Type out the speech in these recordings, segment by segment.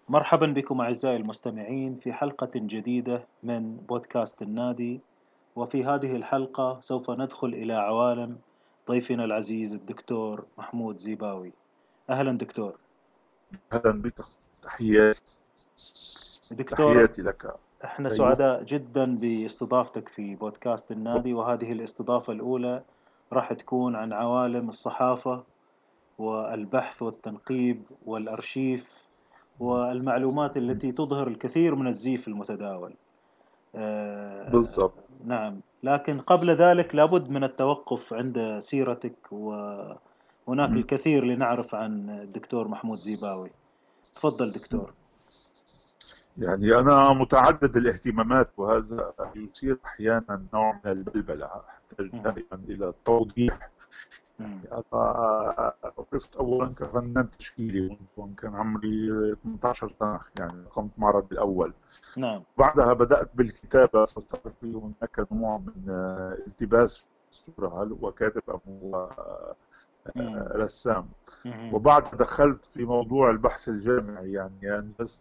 مرحبا بكم أعزائي المستمعين في حلقة جديدة من بودكاست النادي. وفي هذه الحلقة سوف ندخل إلى عوالم ضيفنا العزيز الدكتور محمود زيباوي. أهلا دكتور. أهلا بك. تحياتي دكتور، تحياتي لك. احنا أيوة. سعداء جدا باستضافتك في بودكاست النادي، وهذه الاستضافة الأولى راح تكون عن عوالم الصحافة والبحث والتنقيب والأرشيف والمعلومات التي تظهر الكثير من الزيف المتداول. آه، بالضبط. نعم، لكن قبل ذلك لابد من التوقف عند سيرتك، وهناك م- الكثير لنعرف عن الدكتور محمود زيباوي. تفضل دكتور. يعني أنا متعدد الاهتمامات، وهذا يثير أحيانا نوع من البلبلة. أحتاج مهم. دائما إلى التوضيح. مهم. يعني أنا وقفت أولا كفنان تشكيلي منذ أن كان عمري 18 سنة، يعني قمت معرض الأول. نعم. بعدها بدأت بالكتابة، فصار في هناك نوع من التباس في الصورة، هل هو كاتب أم هو مم. رسام. مهم. وبعد دخلت في موضوع البحث الجامعي، يعني أنجزت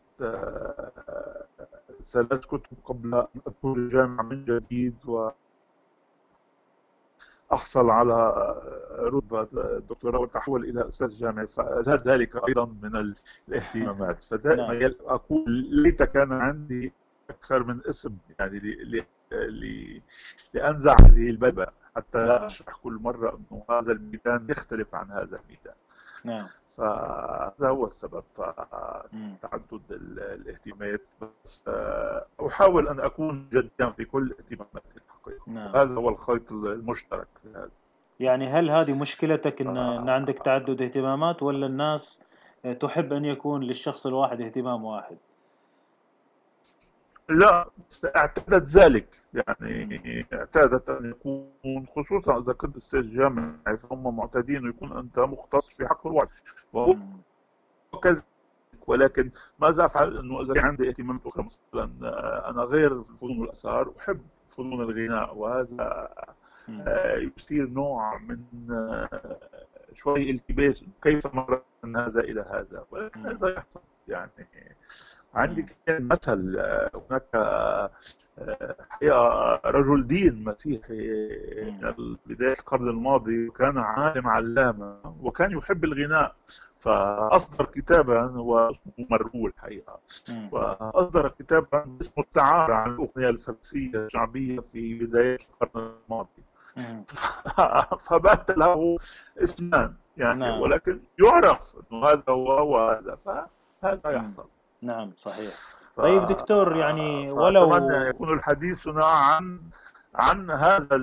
3 كتب قبل أن أدخل الجامعة من جديد وأحصل على رتبة دكتوراه وتحول إلى أستاذ جامعي، فزاد ذلك أيضا من الاهتمامات. نعم. فدائما أقول ليت كان عندي أكثر من اسم، يعني لأنزع هذه البلبة، حتى لا نعم. أشرح كل مرة أنه هذا الميدان يختلف عن هذا الميدان. نعم. فهذا هو السبب، مم. تعدد الاهتمامات. بس أحاول أن أكون جدا في كل اهتماماتي الحقيقة، نعم. وهذا هو الخيط المشترك في هذا. يعني هل هذه مشكلتك إن ف... عندك تعدد اهتمامات، ولا الناس تحب أن يكون للشخص الواحد اهتمام واحد؟ لا، اعتادت ذلك، مم. يعني اعتادت أن يكون، خصوصا إذا كنت أستاذ جامعي، فهم معتادين يكون أنت مختص في حق الواحد، وهو مم. كذلك. ولكن ماذا أفعل؟ أنه إذا كان عندي اهتمامات أخرى، مثلا أنا غير فنون الآثار، أحب فنون الغناء، وهذا مم. يثير نوع من شوي التباس، كيف مر من هذا إلى هذا، ولكن مم. هذا يحصل يعني. عندي مم. كان مثل، هناك حقيقة رجل دين مسيحي مم. من بداية القرن الماضي، وكان عالم علامة وكان يحب الغناء، فأصدر كتابا واسمه مرغول الحقيقة، مم. وأصدر كتابا اسمه التعارى عن الأغنية الفارسية الشعبية في بداية القرن الماضي. مم. فبات له اسمان، يعني نعم. ولكن يعرف انه هذا هو وهذا، فهذا مم. يحصل. نعم، صحيح. ف... طيب دكتور، يعني فأتمنى أن ولو يكون حديثنا عن هذا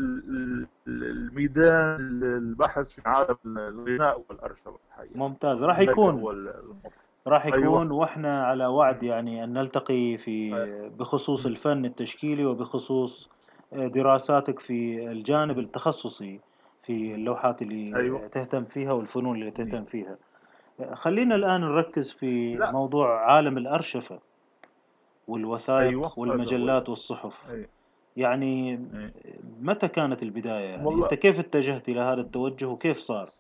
الميدان، البحث في عالم الغناء والأرشف الحقيقة. ممتاز راح ذلك يكون، هو الموضوع. راح أيوه. يكون واحنا على وعد يعني أن نلتقي في أيوه. بخصوص الفن التشكيلي، وبخصوص دراساتك في الجانب التخصصي في اللوحات أيوه. اللي تهتم فيها والفنون اللي تهتم فيها. خلينا الآن نركز في لا. موضوع عالم الأرشفة أيوه، والوثائق هذا هو والمجلات والصحف. أيوه. يعني أيوه. متى كانت البداية؟ يعني أنت والله، كيف اتجهت إلى هذا التوجه وكيف صار؟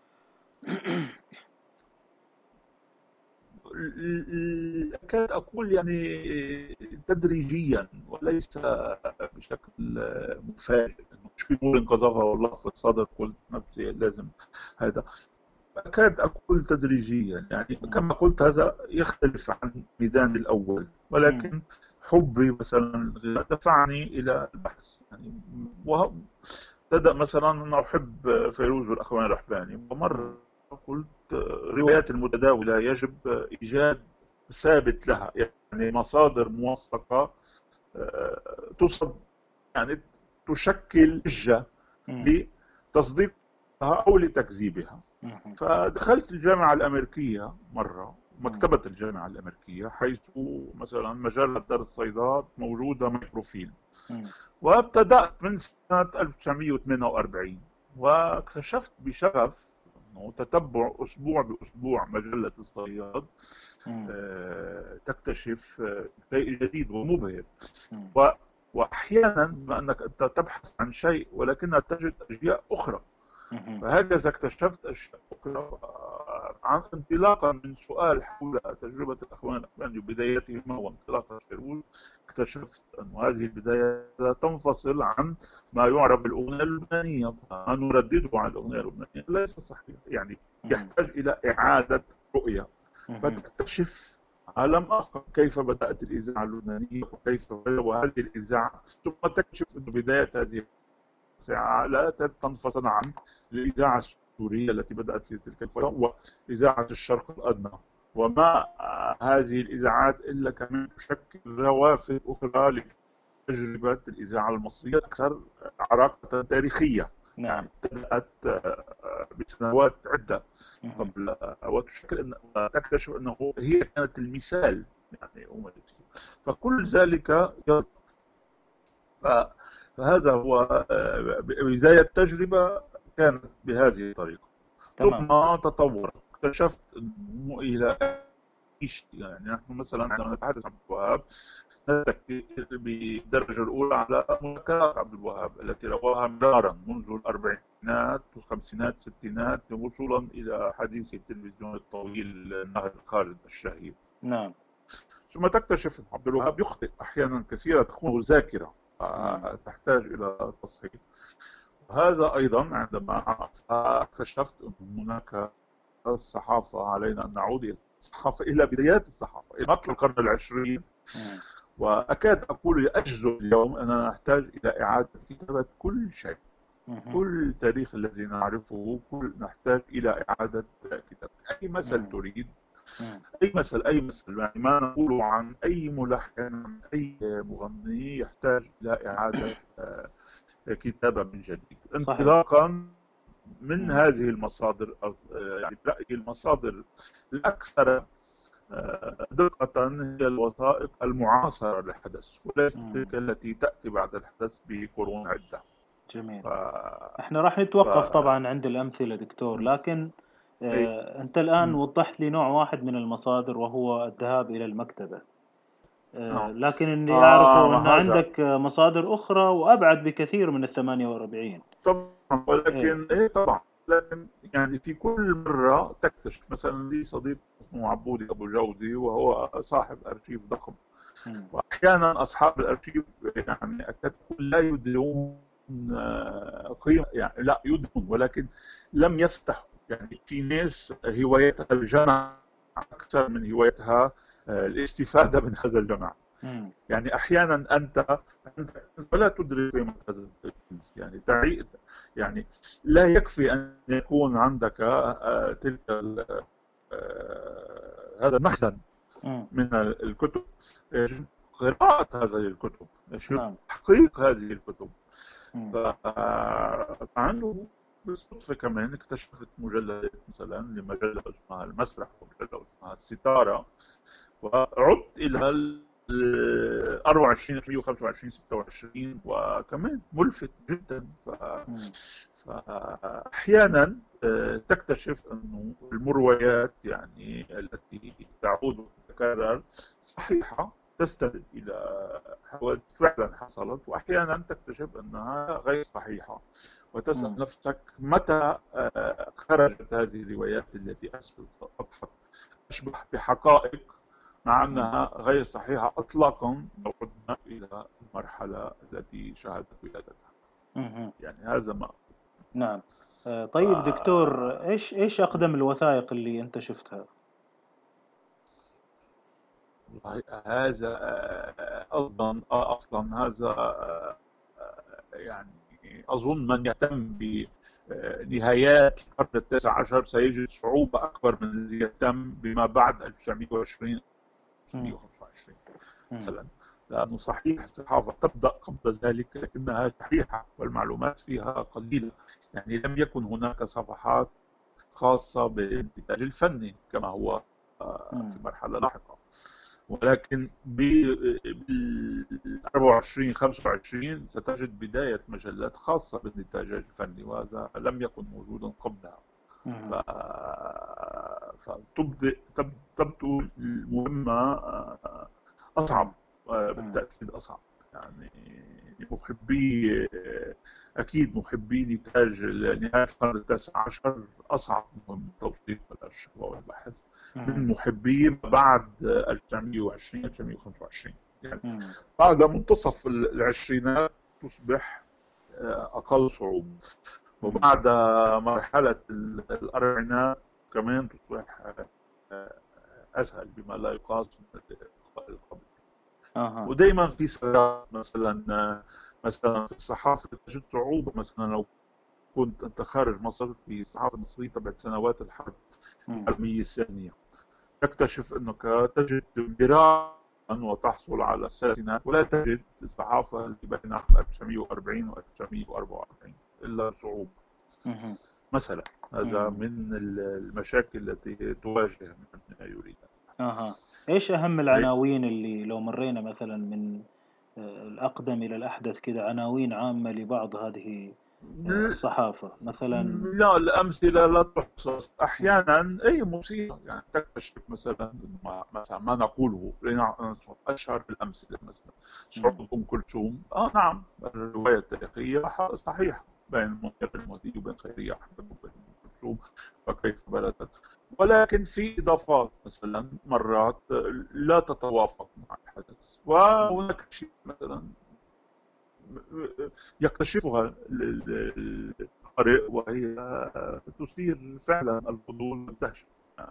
أكاد أقول يعني تدريجيا، وليس بشكل مفاجئ، مش في نور قذفه الله في الصدر قلت نفسي لازم هذا. أكاد أقول تدريجيا، يعني مم. كما قلت هذا يختلف عن الميدان الأول، مم. ولكن حبي مثلا دفعني إلى البحث، يعني بدأ مثلا أن أحب فيروز والأخوان الرحباني، مم. ومرة قلت روايات المتداولة يجب إيجاد ثابت لها، يعني مصادر موثقة تصد، يعني تشكل حجة مم. لتصديقها أو لتكذيبها. مم. فدخلت الجامعة الأمريكية مرة، مم. مكتبة الجامعة الأمريكية، حيث مثلا مجلة دار الصيدات موجودة مايكروفيلم، مم. وابتدأت من سنة 1948، واكتشفت بشغف أنه تتبع أسبوع بأسبوع مجلة الصياد مم. تكتشف شيء جديد ومبهر. مم. و- وأحيانا بما أنك أنت تبحث عن شيء ولكنها تجد أشياء أخرى، مم. فهكذا اكتشفت أشياء أخرى. انطلاقا من سؤال حول تجربة الأخوان الأخواني وبدايتهما وانطلاقا فيروز، اكتشفت أن هذه البداية لا تنفصل عن ما يعرف بالأغنية اللبنانية. ما نردده عن الأغنية اللبنانية ليس صحيح، يعني يحتاج إلى إعادة رؤية، فتكتشف عالم آخر. كيف بدأت الإذاعة اللبنانية وكيف وهذه الإذاعة، ثم تكتشف أن بداية هذه الإذاعة لا تنفصل عن الإذاعة السورية التي بدأت في تلك الفترة وإذاعة الشرق الأدنى، وما هذه الإذاعات إلا كمان تشكل روافد أخرى لتجربة الإذاعة المصرية الأكثر عراقة تاريخية. نعم. يعني بدأت بسنوات عدة قبل، وتشكل تكتشف أنه هي كانت المثال يعني أمتي. فكل ذلك فهذا هو بداية التجربة كانت بهذه الطريقة. ثم تطور، اكتشفت أنه إلى يعني نحن مثلا عندما نتحدث عن عبد الوهاب نتكي بالدرجة الأولى على مذكرات عبد الوهاب التي رواها مرارا منذ الأربعينات والخمسينات والستينات وصولا إلى حديث التلفزيون الطويل نهر خالد الشهيد. نعم. ثم تكتشف أن عبد الوهاب يخطئ أحيانا كثيرة، تكون ذاكرة تحتاج إلى تصحيح. هذا أيضا عندما اكتشفت أن هناك الصحافة، علينا أن نعود إلى الصحافة، إلى بدايات الصحافة، إلى مطلع القرن العشرين. وأكاد أقول أجزم اليوم أننا نحتاج إلى إعادة كتابة كل شيء، كل التاريخ الذي نعرفه، نحتاج إلى إعادة كتابة. أي مثل تريد، أي مثل يعني ما نقوله عن أي ملحن، عن أي مغني، يحتاج إلى إعادة كتابة من جديد. انطلاقا من هذه المصادر، يعني برأيي المصادر الأكثر دقة هي الوثائق المعاصرة للحدث، وليست تلك التي تأتي بعد الحدث بقرون عدة. جميل. احنا راح نتوقف طبعا عند الأمثلة دكتور، لكن أنت الآن وضحت لي نوع واحد من المصادر وهو الذهاب إلى المكتبة. لكن اللي أعرفه أن عندك مصادر أخرى وأبعد بكثير من 48. طبعا، ولكن طبعا، لكن يعني في كل مرة تكتشف. مثلا لي صديق اسمه عبودي أبو جودي وهو صاحب أرشيف ضخم، وأحيانا أصحاب الأرشيف يعني أكاد لا يدرون قيمة، يعني لا يدرون ولكن لم يفتحوا. يعني في ناس هوايتها الجمع أكثر من هوايتها الاستفادة من هذا الجمع. يعني أحيانا أنت ولا تدرك قيمة هذا الكنز. يعني لا يكفي أن يكون عندك تلك هذا المخزن من الكتب، يجب قراءة هذه الكتب، يجب تحقيق هذه الكتب. فعنده بالصدفة كمان اكتشفت مجلدات مثلا لمجلة اسمها المسرح ومجلة اسمها الستارة، وعدت إلى 24 25 26 وكمان ملفت جدا. فأحيانا تكتشف أنه المرويات يعني التي تعود وتتكرر صحيحة، تستند إلى حوادث فعلا حصلت، وأحيانا تكتشف أنها غير صحيحة، وتسأل نفسك متى خرجت هذه الروايات التي أصبحت أشبه بحقائق مع أنها غير صحيحة إطلاقا لو عدنا إلى المرحلة التي شهدت ولادتها. يعني هذا ما. نعم. طيب دكتور، إيش أقدم الوثائق اللي أنت شفتها؟ هذا أصلا هذا يعني أظن من يهتم بنهايات القرن التاسع عشر سيجد صعوبة أكبر من الذي يهتم بما بعد 1920 1925 مثلا، لأنه صحيح الصحافة تبدأ قبل ذلك لكنها شحيحة والمعلومات فيها قليلة. يعني لم يكن هناك صفحات خاصة بالإنتاج الفني كما هو في مرحلة لاحقة، ولكن بال 24 25 ستجد بداية مجلات خاصة بالإنتاج الفني، وهذا لم يكن موجودا قبلها. فتبدو المهمة أصعب، بالتأكيد أصعب. يعني محبي أكيد محبي نتاج نهاية القرن التاسع عشر أصعب من التوثيق والأرشيف والبحث من محبي ما بعد 1920 1925. يعني بعد منتصف العشرينات تصبح أقل صعوبة، وبعد مرحلة الأربعينات كمان تصبح أسهل بما لا يقاس من قبل. ودائما في سيارات مثلا في الصحافة تجد صعوبة. مثلا لو كنت أنت خارج مصر في الصحافة المصرية تبعت سنوات الحرب العالمية الثانية، تكتشف أنك تجد ميراثا وتحصل على السنوات، ولا تجد الصحافة اللي بين 1940 و 1944 إلا صعوبة. مثلا هذا من المشاكل التي تواجه من يريد. ايش اهم العناوين اللي لو مرينا مثلا من الاقدم الى الاحدث كذا، عناوين عامة لبعض هذه الصحافة مثلا؟ لا، الامثله لا تحصى. احيانا اي مصيبه يعني تكتشف مثلا ما نقوله اشهر الامثله مثلا صعود ام كلثوم. نعم، الروايه التاريخيه صحيحه بين المنير المهدي وبين خيريه احمد وبين ام كلثوم وكيف بلدت، ولكن في اضافات مثلا مرات لا تتوافق مع الحدث، وهناك شيء مثلا يكتشفها القارئ وهي تثير فعلا الفضول والدهشة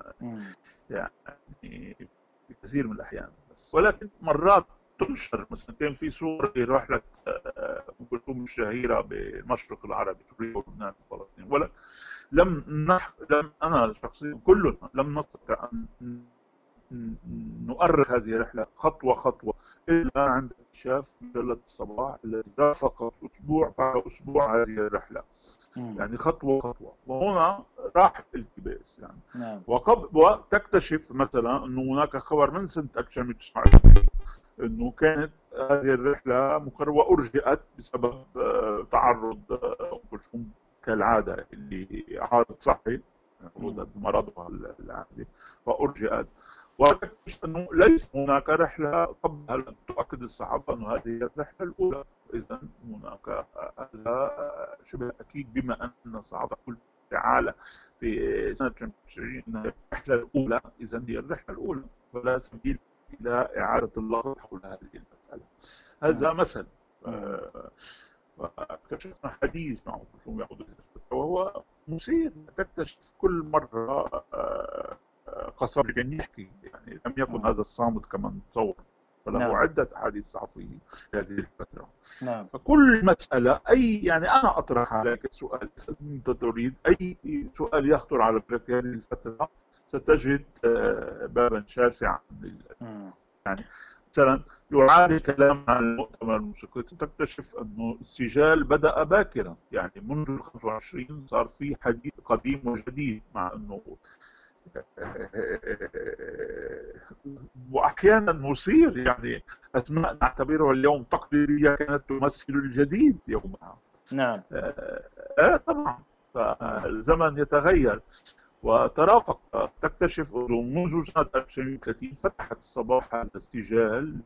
يعني بكثير من الأحيان. بس ولكن مرات تنشر. مثلا كان في صورة رحلة أم كلثوم الشهيرة بالمشرق العربي، سوريا ولبنان وفلسطين، ولكن لم أنا شخصيا كلنا لم نستطع أن نؤرخ هذه الرحلة خطوة خطوة إلا عند اكتشاف مجلة الصباح التي رافقت أسبوع بعد أسبوع هذه الرحلة. يعني خطوة خطوة، وهنا راح الالتباس يعني. وتكتشف مثلا أنه هناك خبر من سنة 1929 أنه كانت هذه الرحلة مقررة وأرجئت بسبب تعرض أم كلثوم كالعادة اللي عارض صحي مرضها العادي فأرجئت. وتكتشف أنه ليس هناك رحلة قبلها. لم تؤكد الصحافة أن هذه الرحلة الأولى. إذن هناك هذا شبه أكيد، بما أن الصحافة كل فعالة في سنة 1920 أنها الرحلة الأولى، إذن هي الرحلة الأولى ولا سبيل إلى إعادة اللغط حول هذه المسألة. هذا مثل. واكتشفنا حديث مع ام كلثوم ياخذ وهو مثير. تكتشف كل مره قصر كان يحكي، يعني لم يكن هذا الصامت كما نتصور، فله عده احاديث صحفيه في هذه الفتره. فكل مساله يعني انا اطرح عليك سؤال، انت تريد اي سؤال يخطر على بالك في هذه الفتره ستجد بابا شاسعا يعني مثلا يعاد الكلام عن المؤتمر الموسيقي، تكتشف أنه السجال بدأ باكرا، يعني منذ ال 25 صار في حديث قديم وجديد، مع أنه وأحيانا مثير يعني أسماء نعتبرها اليوم تقليدية كانت تمثل الجديد يومها. نعم. طبعا فالزمن يتغير وترافق. تكتشف أنه منذ سنة 1930 فتحت الصباح هذا السجال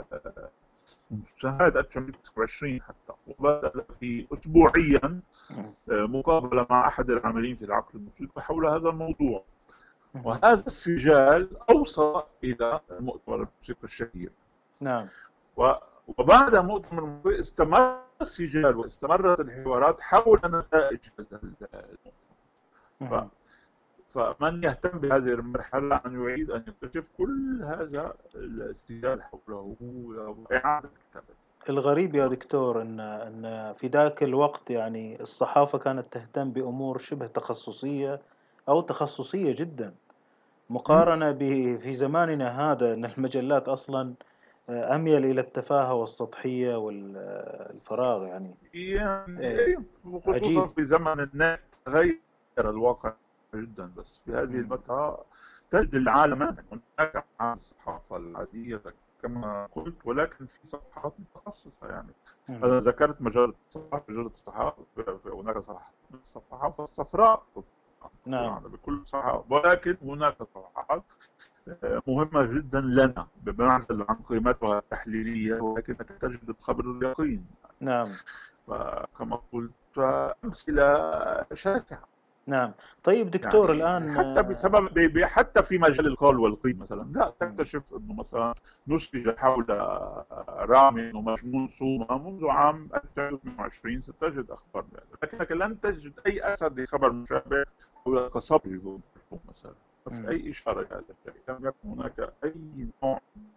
سنة 1929 حتى، وبدأ في أسبوعيا مقابلة مع أحد العاملين في العقل الموسيقي حول هذا الموضوع. وهذا السجال أوصل إلى المؤتمر الموسيقي الشهير. نعم. وبعد مؤتمر الموسيقي استمر السجال واستمرت الحوارات حول نتائج هذا المؤتمر. فمن يهتم بهذه المرحلة أن يريد أن يكتشف كل هذا الاستدلال حوله وإعادة كتابته. الغريب يا دكتور أن في ذاك الوقت يعني الصحافة كانت تهتم بأمور شبه تخصصية أو تخصصية جدا، مقارنة في زماننا هذا أن المجلات أصلا أميل إلى التفاهة والسطحية والفراغ يعني خصوصا في زمن النت تغير الواقع جدا. بس في هذه الفترة تجد العالم هناك الصحافة العادية كما قلت، ولكن في صفحات متخصصة. يعني أنا ذكرت مجلة الصحافة، هناك الصحافة الصفراء. نعم. بكل صحافة، ولكن هناك صفحات مهمة جدا لنا بمعزل عن قيمتها التحليلية، ولكنك تجد الخبر اليقين. نعم. كما قلت أمثلة شاسعة. نعم. طيب دكتور يعني الآن حتى بسبب حتى في مجال القول والقيل مثلا، لا مم. تكتشف انه مثلا نسج حول رامي ومجنون صومة منذ عام 2022 ستجد اخبار ذلك، لكنك لن تجد اي اثر لخبر مشابه حول قصبي مثلا. في مم. اي اشاره لهذا الشيء، لم يكن هناك اي نوع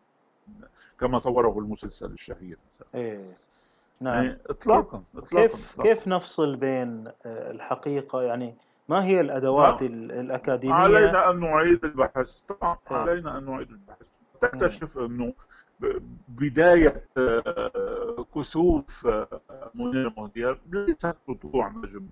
كما صوره المسلسل الشهير مثلا. إيه. نعم. يعني كيف اطلاقا اطلاقا كيف اطلاقا. كيف نفصل بين الحقيقة، يعني ما هي الأدوات لا، الأكاديمية؟ علينا أن نعيد البحث، طبعا إيه. علينا أن نعيد البحث. مم. تكتشف أنه بداية كسوف منير مهدير ليست سطوع نجم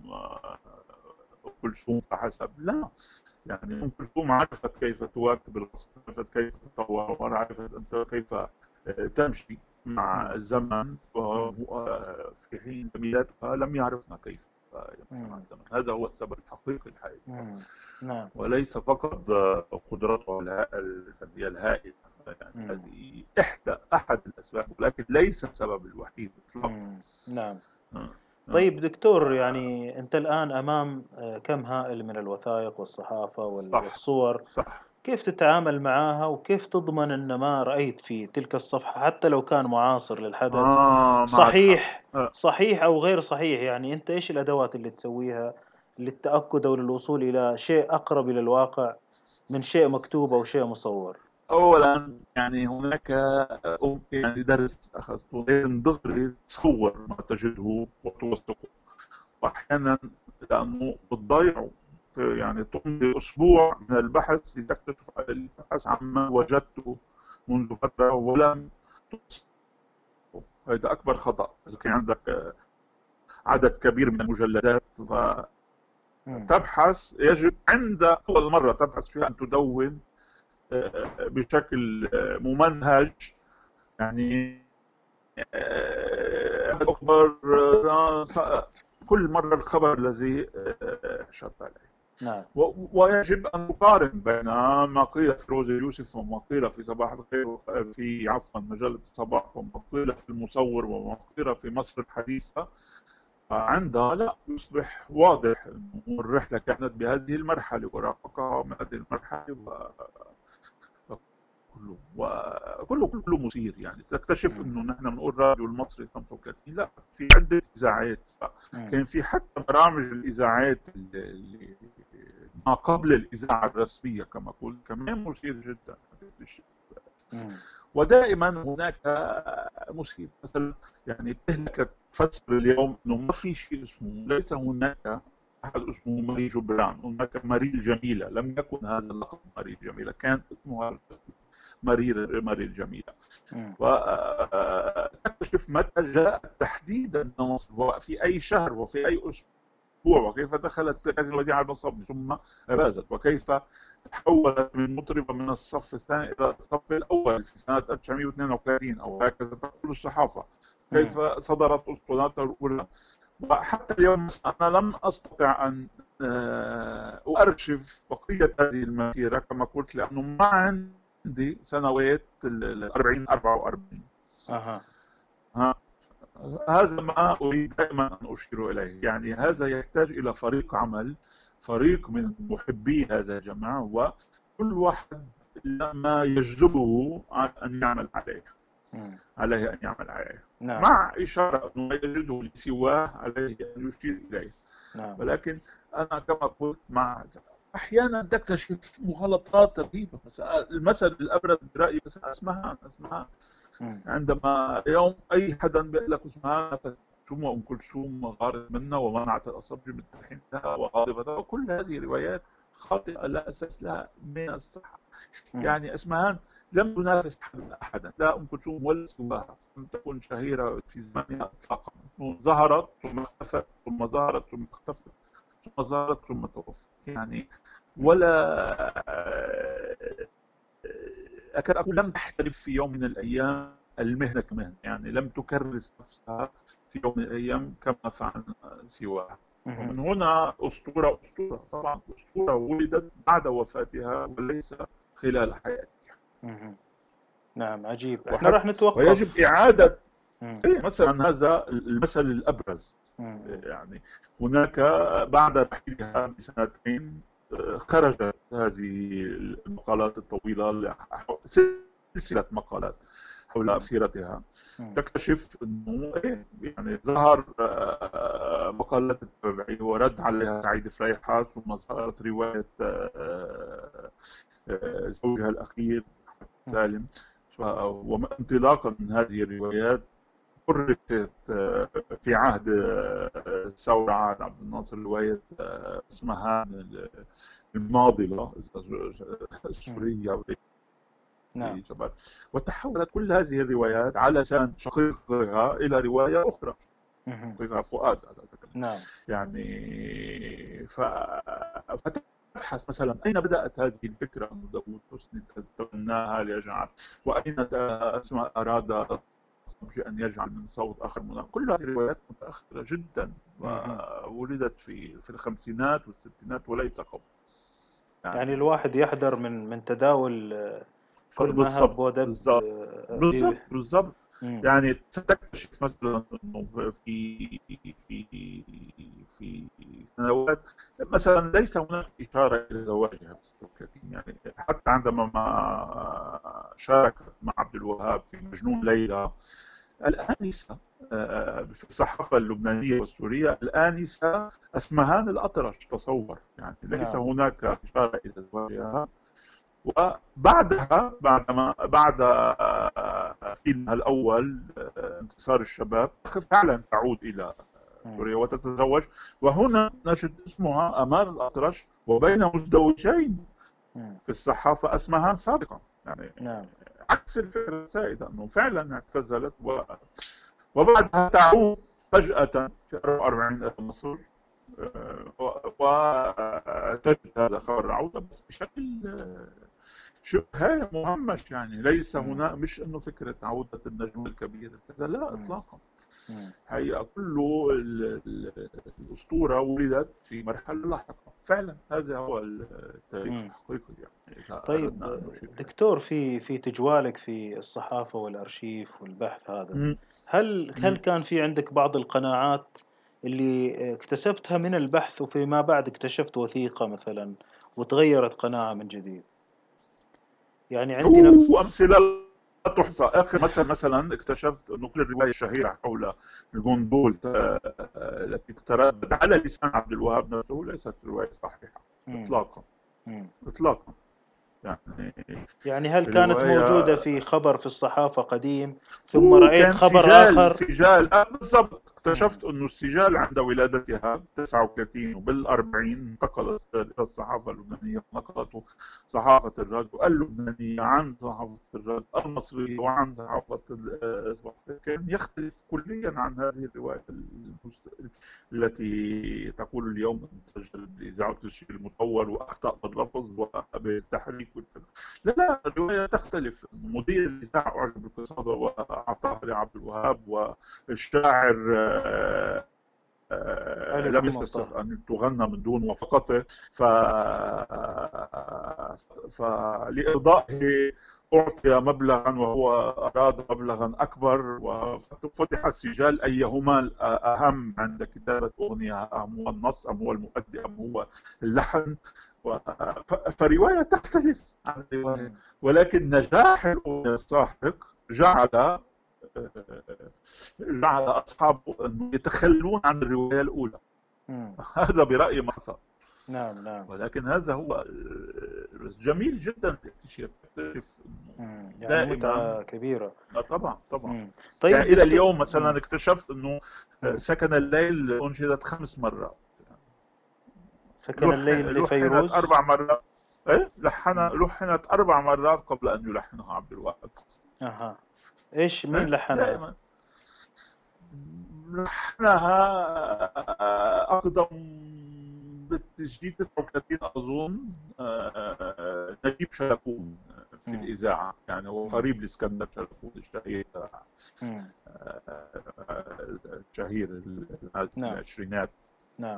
كلثوم فحسب، لا. يعني أم كلثوم عرفت كيف تواكب العصر، عرفت كيف تتطور، عرفت أنت كيف تمشي مع مم. الزمن، مم. في حين زميلاتها لم يعرفن كيف يمشي مع مم. الزمن. هذا هو السبب الحقيقي الحقيقي، مم. نعم. وليس فقط قدرته الفنية الهائلة. يعني مم. هذه أحد الأسباب، ولكن ليس السبب الوحيد إطلاقا. مم. نعم. آه، آه، طيب دكتور، يعني أنت الآن أمام كم هائل من الوثائق والصحافة صح والصور، صح. كيف تتعامل معها وكيف تضمن أن ما رأيت في تلك الصفحة حتى لو كان معاصر للحدث معك حق. صحيح، صحيح أو غير صحيح؟ يعني أنت إيش الأدوات اللي تسويها للتأكد أو للوصول إلى شيء أقرب إلى الواقع من شيء مكتوب أو شيء مصور؟ أولا يعني هناك يعني درس أخذته، لازم دغري تصور ما تجده وتوثقه. وأحيانا لأنه بتضيعه، يعني تمضي أسبوع من البحث لتكتشف البحث عما وجدته منذ فترة ولم توثقه. هذا أكبر خطأ. إذا كان عندك عدد كبير من المجلدات مم. فتبحث، يجب عند أول مرة تبحث فيها أن تدون بشكل ممنهج. يعني أخبر كل مرة الخبر الذي أشرت عليه. نعم. ويجب أن نقارن بين ما قيل في روز يوسف وما قيل في صباح الخير، في عفوا مجلة الصباح، وما قيل في المصور، وما قيل في مصر الحديثة. عندها لا يصبح واضح أن الرحلة كانت بهذه المرحلة ورافقها من هذه المرحلة، كله مثير. يعني تكتشف مم. انه نحن بنقول راديو المصري 35، لا، في عده اذاعات. مم. كان في حتى برامج الاذاعات اللي ما قبل الاذاعه الرسميه كما قلت، كمان مثير جدا. تكتشف مم. ودائما هناك مثير مثلا. يعني بتهلك تفسر اليوم انه ما في شيء اسمه، ليس هناك احد اسمه ماري جبران، هناك ماري الجميله. لم يكن هذا اللقب ماري الجميله، كان اسمها ماري الجميلة. مم. وتكتشف متى جاء تحديدا مصر، وفي أي شهر وفي أي أسبوع، وكيف دخلت هذه الوديعة المصاب ثم فازت، وكيف تحولت من مطربة من الصف الثاني إلى الصف الأول في سنة 1932 أو هكذا تقول الصحافة. مم. كيف صدرت أسطواناتها الأولى. وحتى اليوم أنا لم أستطع أن أرشف بقية هذه المسيرة كما قلت، لأنه ما عندي سنوات ال 40 44. أها. ها، هذا ما أريد دائما أن أشير إليه. يعني هذا يحتاج إلى فريق عمل، فريق من محبي هذا الجماعة، وكل واحد ما يجذبه أن يعمل عليه، مم. عليه أن يعمل عليه، نعم. مع إشارة أنه يجده لسواه عليه أن يشير إليه. نعم. ولكن أنا كما قلت، مع أحيانا تكتشف مغالطات رهيبة. المثل الأبرز برأيي مثلا اسمها مم. عندما يوم أي حدا بيقول لك اسمها ثم أم كلثوم غارت منا ومنعت الأصابع من تلحينها وغاضبة، وكل هذه روايات خاطئة لا أساس لها من الصحة. مم. يعني اسمهان لم تنافس أحدا، لا أم كلثوم ولا سواها، لم تكن شهيرة في زمانها إطلاقا. ظهرت ثم اختفت، ثم ظهرت ثم اختفت، ثم ظهرت ثم توفت. يعني مم. ولا أكاد أقول لم تحترف في يوم من الأيام المهنة كمهنة. يعني لم تكرس نفسها في يوم من الأيام كما فعل سواها. مم. ومن هنا أسطورة طبعا، أسطورة ولدت بعد وفاتها وليس خلال حياتها. مم. نعم. عجيب. احنا وحتى راح ويجب نتوقف. إعادة مثلا هذا المثل الأبرز. يعني هناك بعد رحيلها بسنتين خرجت هذه المقالات الطويلة، سلسلة مقالات حول سيرتها، تكتشف انه يعني ظهر مقالات التبعية ورد عليها سعيد فريحة، ثم ظهرت رواية زوجها الأخير سالم، وانطلاقا من هذه الروايات كررت في عهد الثورة عبد الناصر رواية اسمها المناضلة السورية. نعم. وتحولت كل هذه الروايات على لسان شقيقها إلى رواية أخرى، شقيقها فؤاد. نعم. يعني فتبحث مثلا أين بدأت هذه الفكرة أن داوود حسني تبناها ليجعل، وأين أسماء أراد أن يجعل من صوت آخر منى. كل هذه الروايات متأخرة جدا وولدت في الخمسينات والستينات وليس قبل. يعني الواحد يحذر من تداول كل ما هب ودب. بالضبط. يعني ستكتشف مثلا انه في سنوات مثلا ليس هناك اشاره الى زواجها ب 36. يعني حتى عندما ما شاركت مع عبد الوهاب في مجنون ليلى، الآنسة في الصحافة اللبنانية والسورية الآنسة اسمهان الأطرش، تصور. يعني ليس هناك إشارة إلى زواجها. وبعدها بعد فيلمها الأول انتصار الشباب فعلا تعود إلى سوريا وتتزوج، وهنا نجد اسمها أمال الأطرش وبين مزدوجين في الصحافة اسمهان سابقا. يعني عكس الفكرة السائدة أنه فعلا اعتزلت وبعدها تعود فجأة في 44 إلى مصر وتجد هذا خبر العودة بس بشكل شبه مهمش. يعني ليس هنا مش انه فكرة عودة النجم الكبير كذا، لا اطلاقا. هي كله الاسطورة ولدت في مرحلة لاحقة. فعلا هذا هو التاريخ الحقيقي. يعني طيب دكتور، في تجوالك في الصحافة والارشيف والبحث هذا، هل كان في عندك بعض القناعات اللي اكتسبتها من البحث وفيما بعد اكتشفت وثيقة مثلا وتغيرت قناعة من جديد؟ يعني عندنا أمثلة تحصى. آخر مثلا اكتشفت أنه كل الرواية الشهيرة حول الغندول التي تتردد على لسان عبد الوهاب نفسه ليست رواية صحيحة إطلاقا. إطلاقا. يعني هل كانت موجودة في خبر في الصحافة قديم ثم رأيت خبر سجال بالضبط. اكتشفت أنه السجال عند ولادتها 39 وبال40 انتقلت إلى الصحافة اللبنانية، نقلته صحافة الراديو اللبنانية عن صحافة الراديو المصرية وعن صحافة كان يختلف كليا عن هذه الرواية التي تقول اليوم تسجل بإذاعة التسجيل المطول وأخطأ باللفظ وبالتحريك. لا الرواية تختلف. مدير الإذاعة أعجب بالقصة وأعطاها لعبد الوهاب، والشاعر لم يستطع أن تغنى من دون موافقته، فلإرضائه أعطي مبلغا وهو أراد مبلغا أكبر، وفتح السجال أيهما الأهم عند كتابة أغنية، أم هو النص أم هو المؤدي أم هو اللحن. فرواية تختلف عن الرواية، ولكن نجاح الأغنية الساحق جعل أصحابه أن يتخلون عن الرواية الأولى. هذا برأيي ما صار. نعم. ولكن هذا هو جميل جدا تكتشف يعني متعة كبيرة. طبعا. طيب يعني إلى اليوم مثلا اكتشفت أنه سكن الليل أنشدت 5 مرات. سكن الليل لفيروز 4 مرات. لحنت 4 مرات قبل أن يلحنها عبد الوهاب. إيش مين لحنها؟ لحنها أقدم بالتسجيل 39 أظن نجيب شلكون في الإذاعة. يعني هو قريب لإسكندر شلكون الشهير الشهير العشرينات. نعم.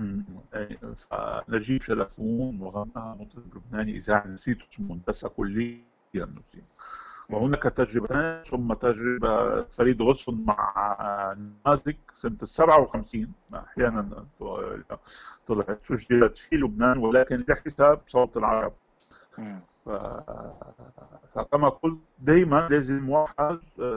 فنجيب شلكون وغناها مطرب لبناني إذاعي نسيت اسمه، اندسى كليا نسيت. وهناك تجربتان، ثم تجربة فريد غصن مع نازك سنة 57 أحيانا طلعت سجلت في لبنان ولكن لحساب صوت العرب. ف... فكما قلت دايما لازم واحد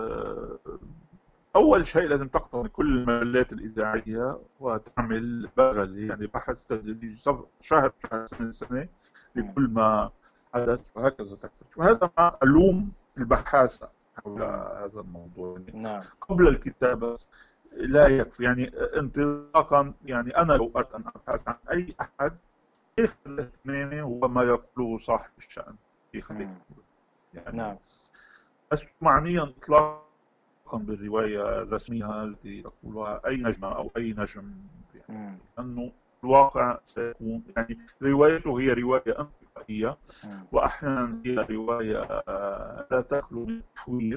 أول شيء لازم تقتني كل المجلات الإذاعية وتعمل بغل يعني بحث تدريجي شهر سنة لكل ما حدث وهكذا تكتشف. وهذا ما ألوم البحاثة حول هذا الموضوع يعني قبل الكتابة لا يكفي يعني انطلاقا. يعني أنا لو أردت أن أبحث عن أي أحد الاهتمامي هو ما يقوله صاحب الشأن في خليفة يعني بس معنيا إطلاقا بالرواية الرسمية التي تقولها أي نجمة أو أي نجم يعني لأنه الواقع سيكون يعني روايته هي رواية انتقائية وأحيانا هي رواية لا تخلو من تحوير.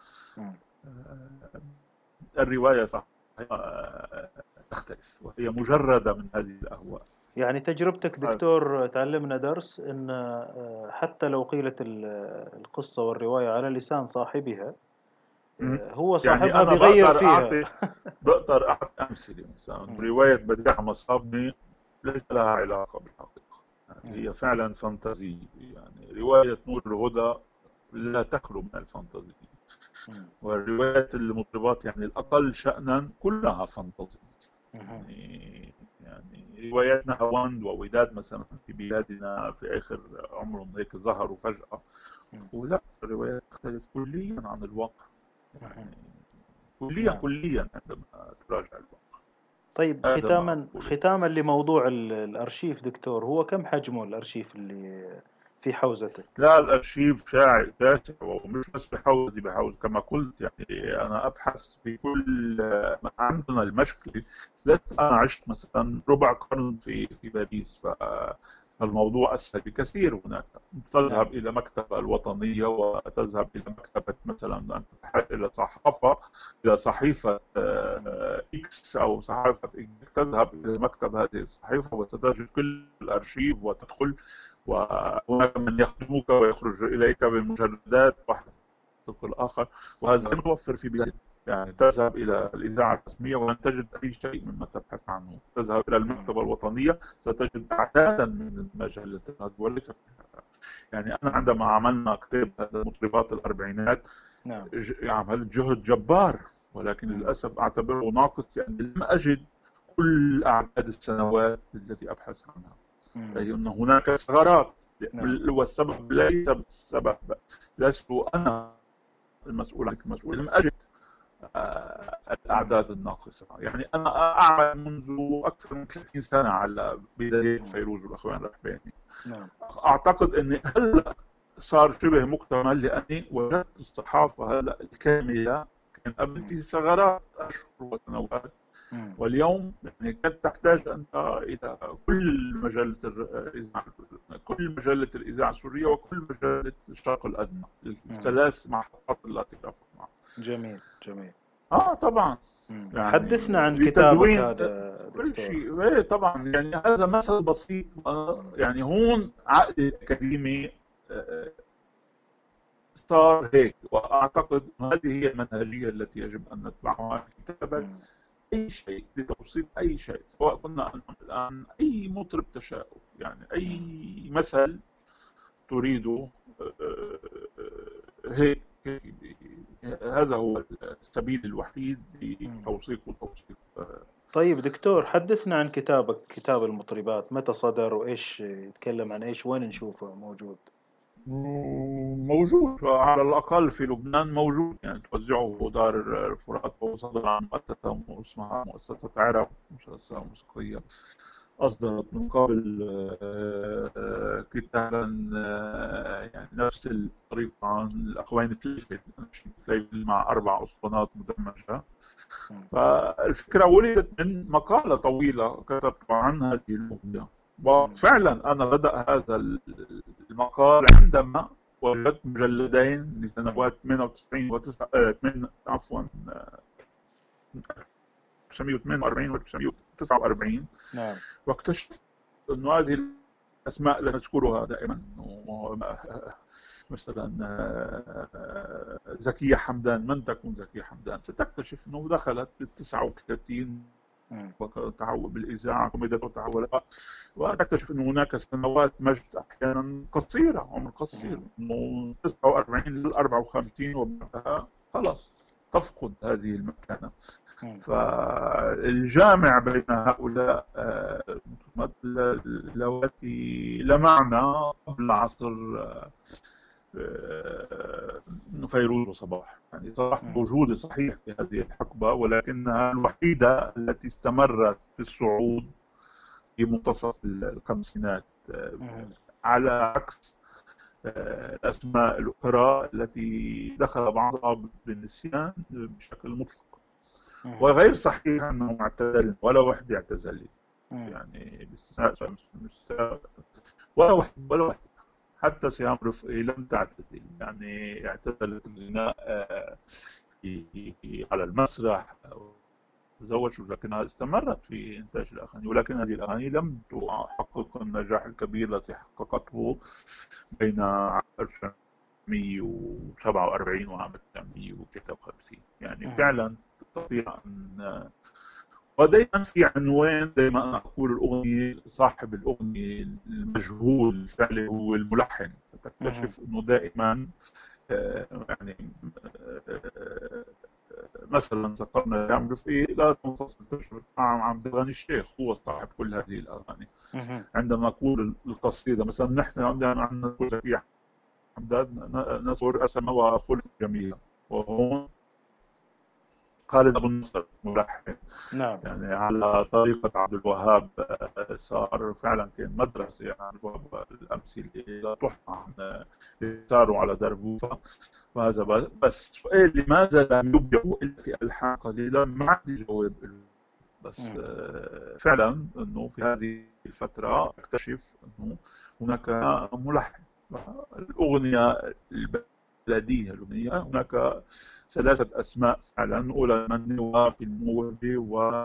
الرواية صح تختلف وهي مجردة من هذه الأهواء. يعني تجربتك دكتور تعلمنا درس أن حتى لو قيلت القصة والرواية على لسان صاحبها هو صاحبها يعني أنا بيغير فيها. بقدر أعطي أمثلة مثلا رواية بديع مصابني ليس لها علاقة بالحقيقة يعني هي فعلا فانتازي. يعني رواية نور الهدى لا تخلو من الفانتازي والروايات المطربات يعني الأقل شأنا كلها فانتازي. يعني روايات نهاوند ووداد مثلا في بلادنا في آخر عمرهم هيك ظهروا فجأة ولا الروايات تختلف كليا عن الواقع يعني كليا عندما تراجع الواقع. طيب ختاما لموضوع الأرشيف دكتور، هو كم حجمه الأرشيف اللي في حوزتك؟ لا الأرشيف شاسع ومش بس بحوزي كما قلت يعني أنا أبحث في كل ما عندنا المشكلة. أنا عشت مثلا ربع قرن في باريس فالموضوع أسهل بكثير. هناك تذهب إلى مكتبة الوطنية وتذهب إلى مكتبة مثلا إلى صحافة إلى صحيفة إكس أو صحيفة إكس تذهب إلى مكتب هذه الصحيفة وتجد كل الأرشيف وتدخل وهناك من يخدمك ويخرج إليك بالمجلدات واحد تلك الآخر. وهذا متوفر في بلاد يعني تذهب إلى الإذاعة الرسمية ولن تجد أي شيء مما تبحث عنه. تذهب إلى المكتبة الوطنية ستجد أعدادا من المجلات وليس يعني أنا عندما عملنا كتاب هذا مطربات الأربعينات عملت جهد جبار ولكن للأسف أعتبره ناقص يعني لم أجد كل أعداد السنوات التي أبحث عنها. أي أن هناك ثغرات والسبب ليس بالسبب لست أنا المسؤول عنك المسؤول. لم أجد الأعداد الناقصة يعني أنا أعمل منذ أكثر من 30 سنة على بداية فيروز والأخوان الرحباني. أعتقد أني هلأ صار شبه مكتمل لأني وجدت الصحافة هلأ الكاملة. كان قبل في ثغرات أشهر وسنوات واليوم يعني قد تحتاج أنت إلى كل مجلة الإذاعة كل مجلة الإذاعة السورية وكل مجلة الشرق الأدنى الثلاث محطات التي ترافق معها. جميل طبعا يعني حدثنا عن كتابك هذا كل شيء طبعا يعني هذا مثل بسيط يعني هون عقد الأكاديمي صار هيك وأعتقد هذه هي المنهجية التي يجب أن نتبعها في كتابة أي شيء لتوصيل أي شيء سواء كنا الآن أي مطرب تشاء يعني أي مثل تريده هيك هذا هو السبيل الوحيد لتوثيق وتوثيق. طيب دكتور حدثنا عن كتابك كتاب المطربات، متى صدر وإيش يتكلم عن إيش، وين نشوفه موجود؟ موجود على الأقل في لبنان موجود يعني توزعه دار الفرات وصدر عن مؤسسة اسمها مؤسسة عرب مؤسسة موسيقية أصدرت من قبل كتابا يعني نفس الطريقة عن الأخوين فليفل مع 4 أسطوانات مدمجة. فالفكرة ولدت من مقالة طويلة كتبت عنها هذه الأغنية وفعلا أنا بدأ هذا المقال عندما وجدت مجلدين لسنوات 98 و 1948 و 1949 واكتشفت أنه هذه أسماء لا نذكرها دائما، مثلا زكية حمدان. من تكون زكية حمدان؟ ستكتشف أنه دخلت بال39 وتعود بالإذاعة كوميديا وتحولها، وتكتشف أن هناك سنوات مجد أحيانا قصيرة، عمر قصير، من 49 لل 54 وبعدها خلاص تفقد هذه المكانة. فالجامع بين هؤلاء اللواتي لمعنا قبل عصر فيروز وصباح. يعني صباح موجودة صحيح في هذه الحقبة، ولكنها الوحيدة التي استمرت في الصعود في منتصف الخمسينات، على عكس الأسماء الأخرى التي دخل بعضها بالنسيان بشكل مطلق. وغير صحيح أنه اعتزل ولا وحدة اعتزلت، يعني باستثناء ولا واحد. حتى سهام رفقي لم تعتزل، يعني اعتزلت الغناء على المسرح، تزوجت، لكنها استمرت في إنتاج الأغاني، ولكن هذه الأغاني لم تحقق النجاح الكبير الذي حققته بين 1947 وعام 1953. يعني فعلا تستطيع أن، ودائما في عنوان، دائما أنا أقول الأغنية، صاحب الأغنية المجهول فعلا هو الملحن. فتكتشف أنه دائما يعني مثلا ذكرنا سهام رفقي لا تنفصل تجربة مع عبد الغني الشيخ، هو صاحب كل هذه الأغاني. عندما نقول القصيدة مثلا، نحن عندنا نقول زكي حمدان نذكر أسماء وخلق جميلة، وهون خالد أبو النصر ملحن. نعم. يعني على طريقة عبد الوهاب، صار فعلا كان مدرسة يعني الأمثلة لا تحصى عن صاروا على دربوفة. وهذا بس سؤال لماذا لم يبدعوا إلا في ألحان قليلة، ما عندي جواب له. بس فعلا أنه في هذه الفترة اكتشف أنه هناك ملحن. الأغنية البلدية، الأغنية هناك 3 أسماء فعلا، أولى من وفي الموهبي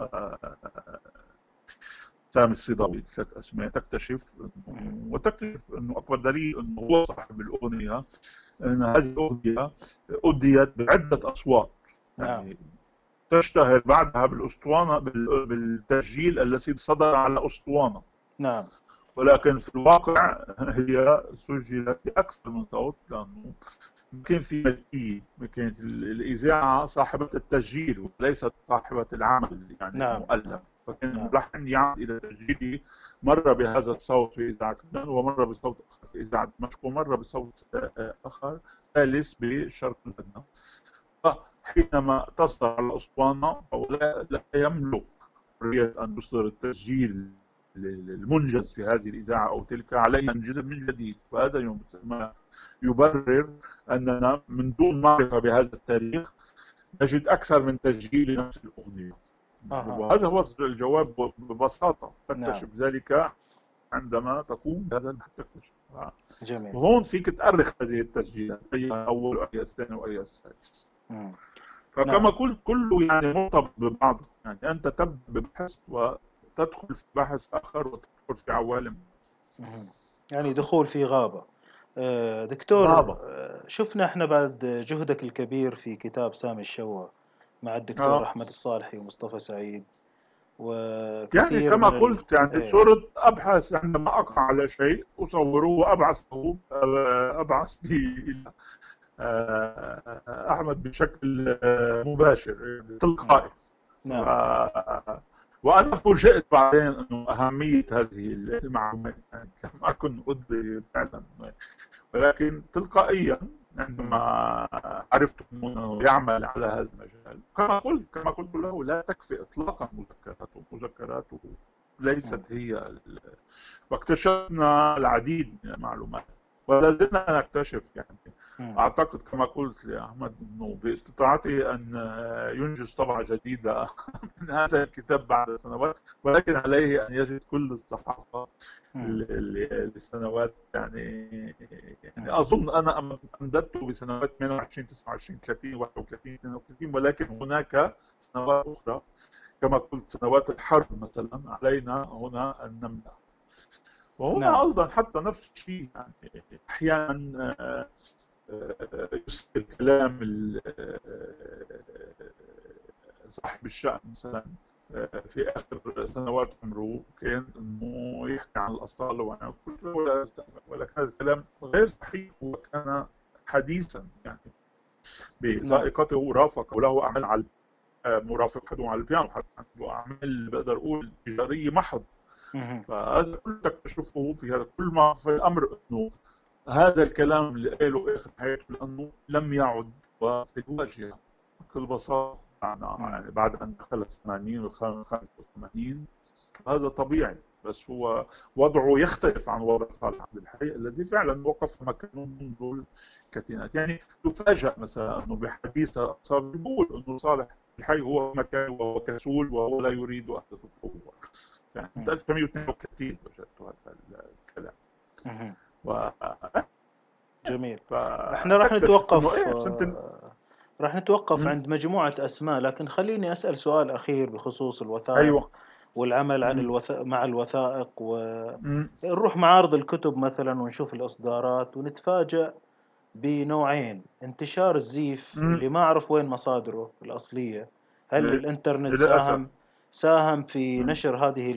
سامي الصيداوي. 3 أسماء. تكتشف أنه أكبر دليل أنه هو صاحب الأغنية أن هذه الأغنية أديت بعدة أصوات، يعني تشتهر بعدها بالأسطوانة، بالتسجيل الذي صدر على أسطوانة. نعم. ولكن في الواقع هي سجلت بأكثر من صوت، لأنه كان في ملكية، كانت الإذاعة صاحبة التسجيل وليست صاحبة العمل يعني المؤلف. فكان الملحن يعمل إلى تسجيله مرة بهذا الصوت في إذاعة لبنان، ومرة بصوت آخر في إذاعة دمشق، ومرة بصوت آخر ثالث بالشرق لبنان. حينما تصدر على الأسطوانة أو لا يملك حرية أن يصدر التسجيل المنجز في هذه الإذاعة أو تلك، عليه أن نجد من جديد. وهذا ما يبرر أننا من دون معرفة بهذا التاريخ نجد أكثر من تسجيل لنفس الأغنية. وهذا هو الجواب ببساطة. تكتشف ذلك عندما تقوم بهذا تكتشف. جميل. وهون فيك تأرخ هذه التسجيلات، أي أول وأي الثاني وأي الثالث. فكما قلت كله يعني مرتبط ببعض. يعني أنت تبدأ ببحث وتدخل في بحث آخر وتدخل في عوالم، يعني دخول في غابة. دكتور غابة. شفنا احنا بعد جهدك الكبير في كتاب سامي الشوا مع الدكتور أحمد الصالحي ومصطفى سعيد وكثير يعني كما من قلت يعني صرت أبحث عندما أقع على شيء أصوره وأبعثه، أبعث به أحمد بشكل مباشر تلقائي. وأنا فوجئت بعدين أنه أهمية هذه المعلومات، يعني لم أكن أدري فعلا، ولكن تلقائيا عندما عرفت أنه يعمل على هذا المجال، كما قلت له لا تكفي إطلاقا مذكراته ليست هي واكتشفنا العديد من المعلومات ولا زلنا نكتشف. يعني أعتقد كما قلت يا أحمد أنه باستطاعته أن ينجز طبعة جديدة من هذا الكتاب بعد سنوات، ولكن عليه أن يجد كل الصحافة لسنوات. يعني أظن أنا أمددته بسنوات 28 29 30 31 32، ولكن هناك سنوات أخرى كما قلت سنوات الحرب مثلا علينا هنا أن نمنع. وهنا نعم. أيضا حتى نفس الشيء، يعني أحيانا يصير كلام صاحب الشأن مثلا في آخر سنوات عمره كان إنه يحكي عن الأصالة وأنا قلت له ولكن هذا الكلام غير صحيح. هو كان حديثا يعني نعم. بذائقته رافق وله أعمال على مرافقته على البيانو، حتى عنده أعمال بقدر أقول تجارية محض. مهم. فهذا كله تكتشفه في هذا كل ما في الأمر، إنه هذا الكلام اللي قاله آخر حياته لأنه لم يعد في الواجهة بكل بساطة. يعني بعد أن دخل الثمانين والخمسين هذا طبيعي، بس هو وضعه يختلف عن وضع صالح عبد الحي الذي فعلا وقف مكانه منذ الكتينات. يعني تفاجأ مثلا أنه بحديث صار يقول أنه صالح عبد الحي هو مكان وهو كسول وهو لا يريد أحدث التطور. يعني مم. 1932 وجدت هذا الكلام. مهم. و جميل. احنا فتكتشف انه ايه سنة راح نتوقف مم. عند مجموعة أسماء، لكن خليني أسأل سؤال أخير بخصوص الوثائق ايوه. والعمل عن مم. مع الوثائق، مم. ونروح معارض الكتب مثلا ونشوف الإصدارات ونتفاجأ بنوعين: انتشار الزيف مم. اللي ما أعرف وين مصادره الأصلية. هل الإنترنت للاسف. ساهم في مم. نشر هذه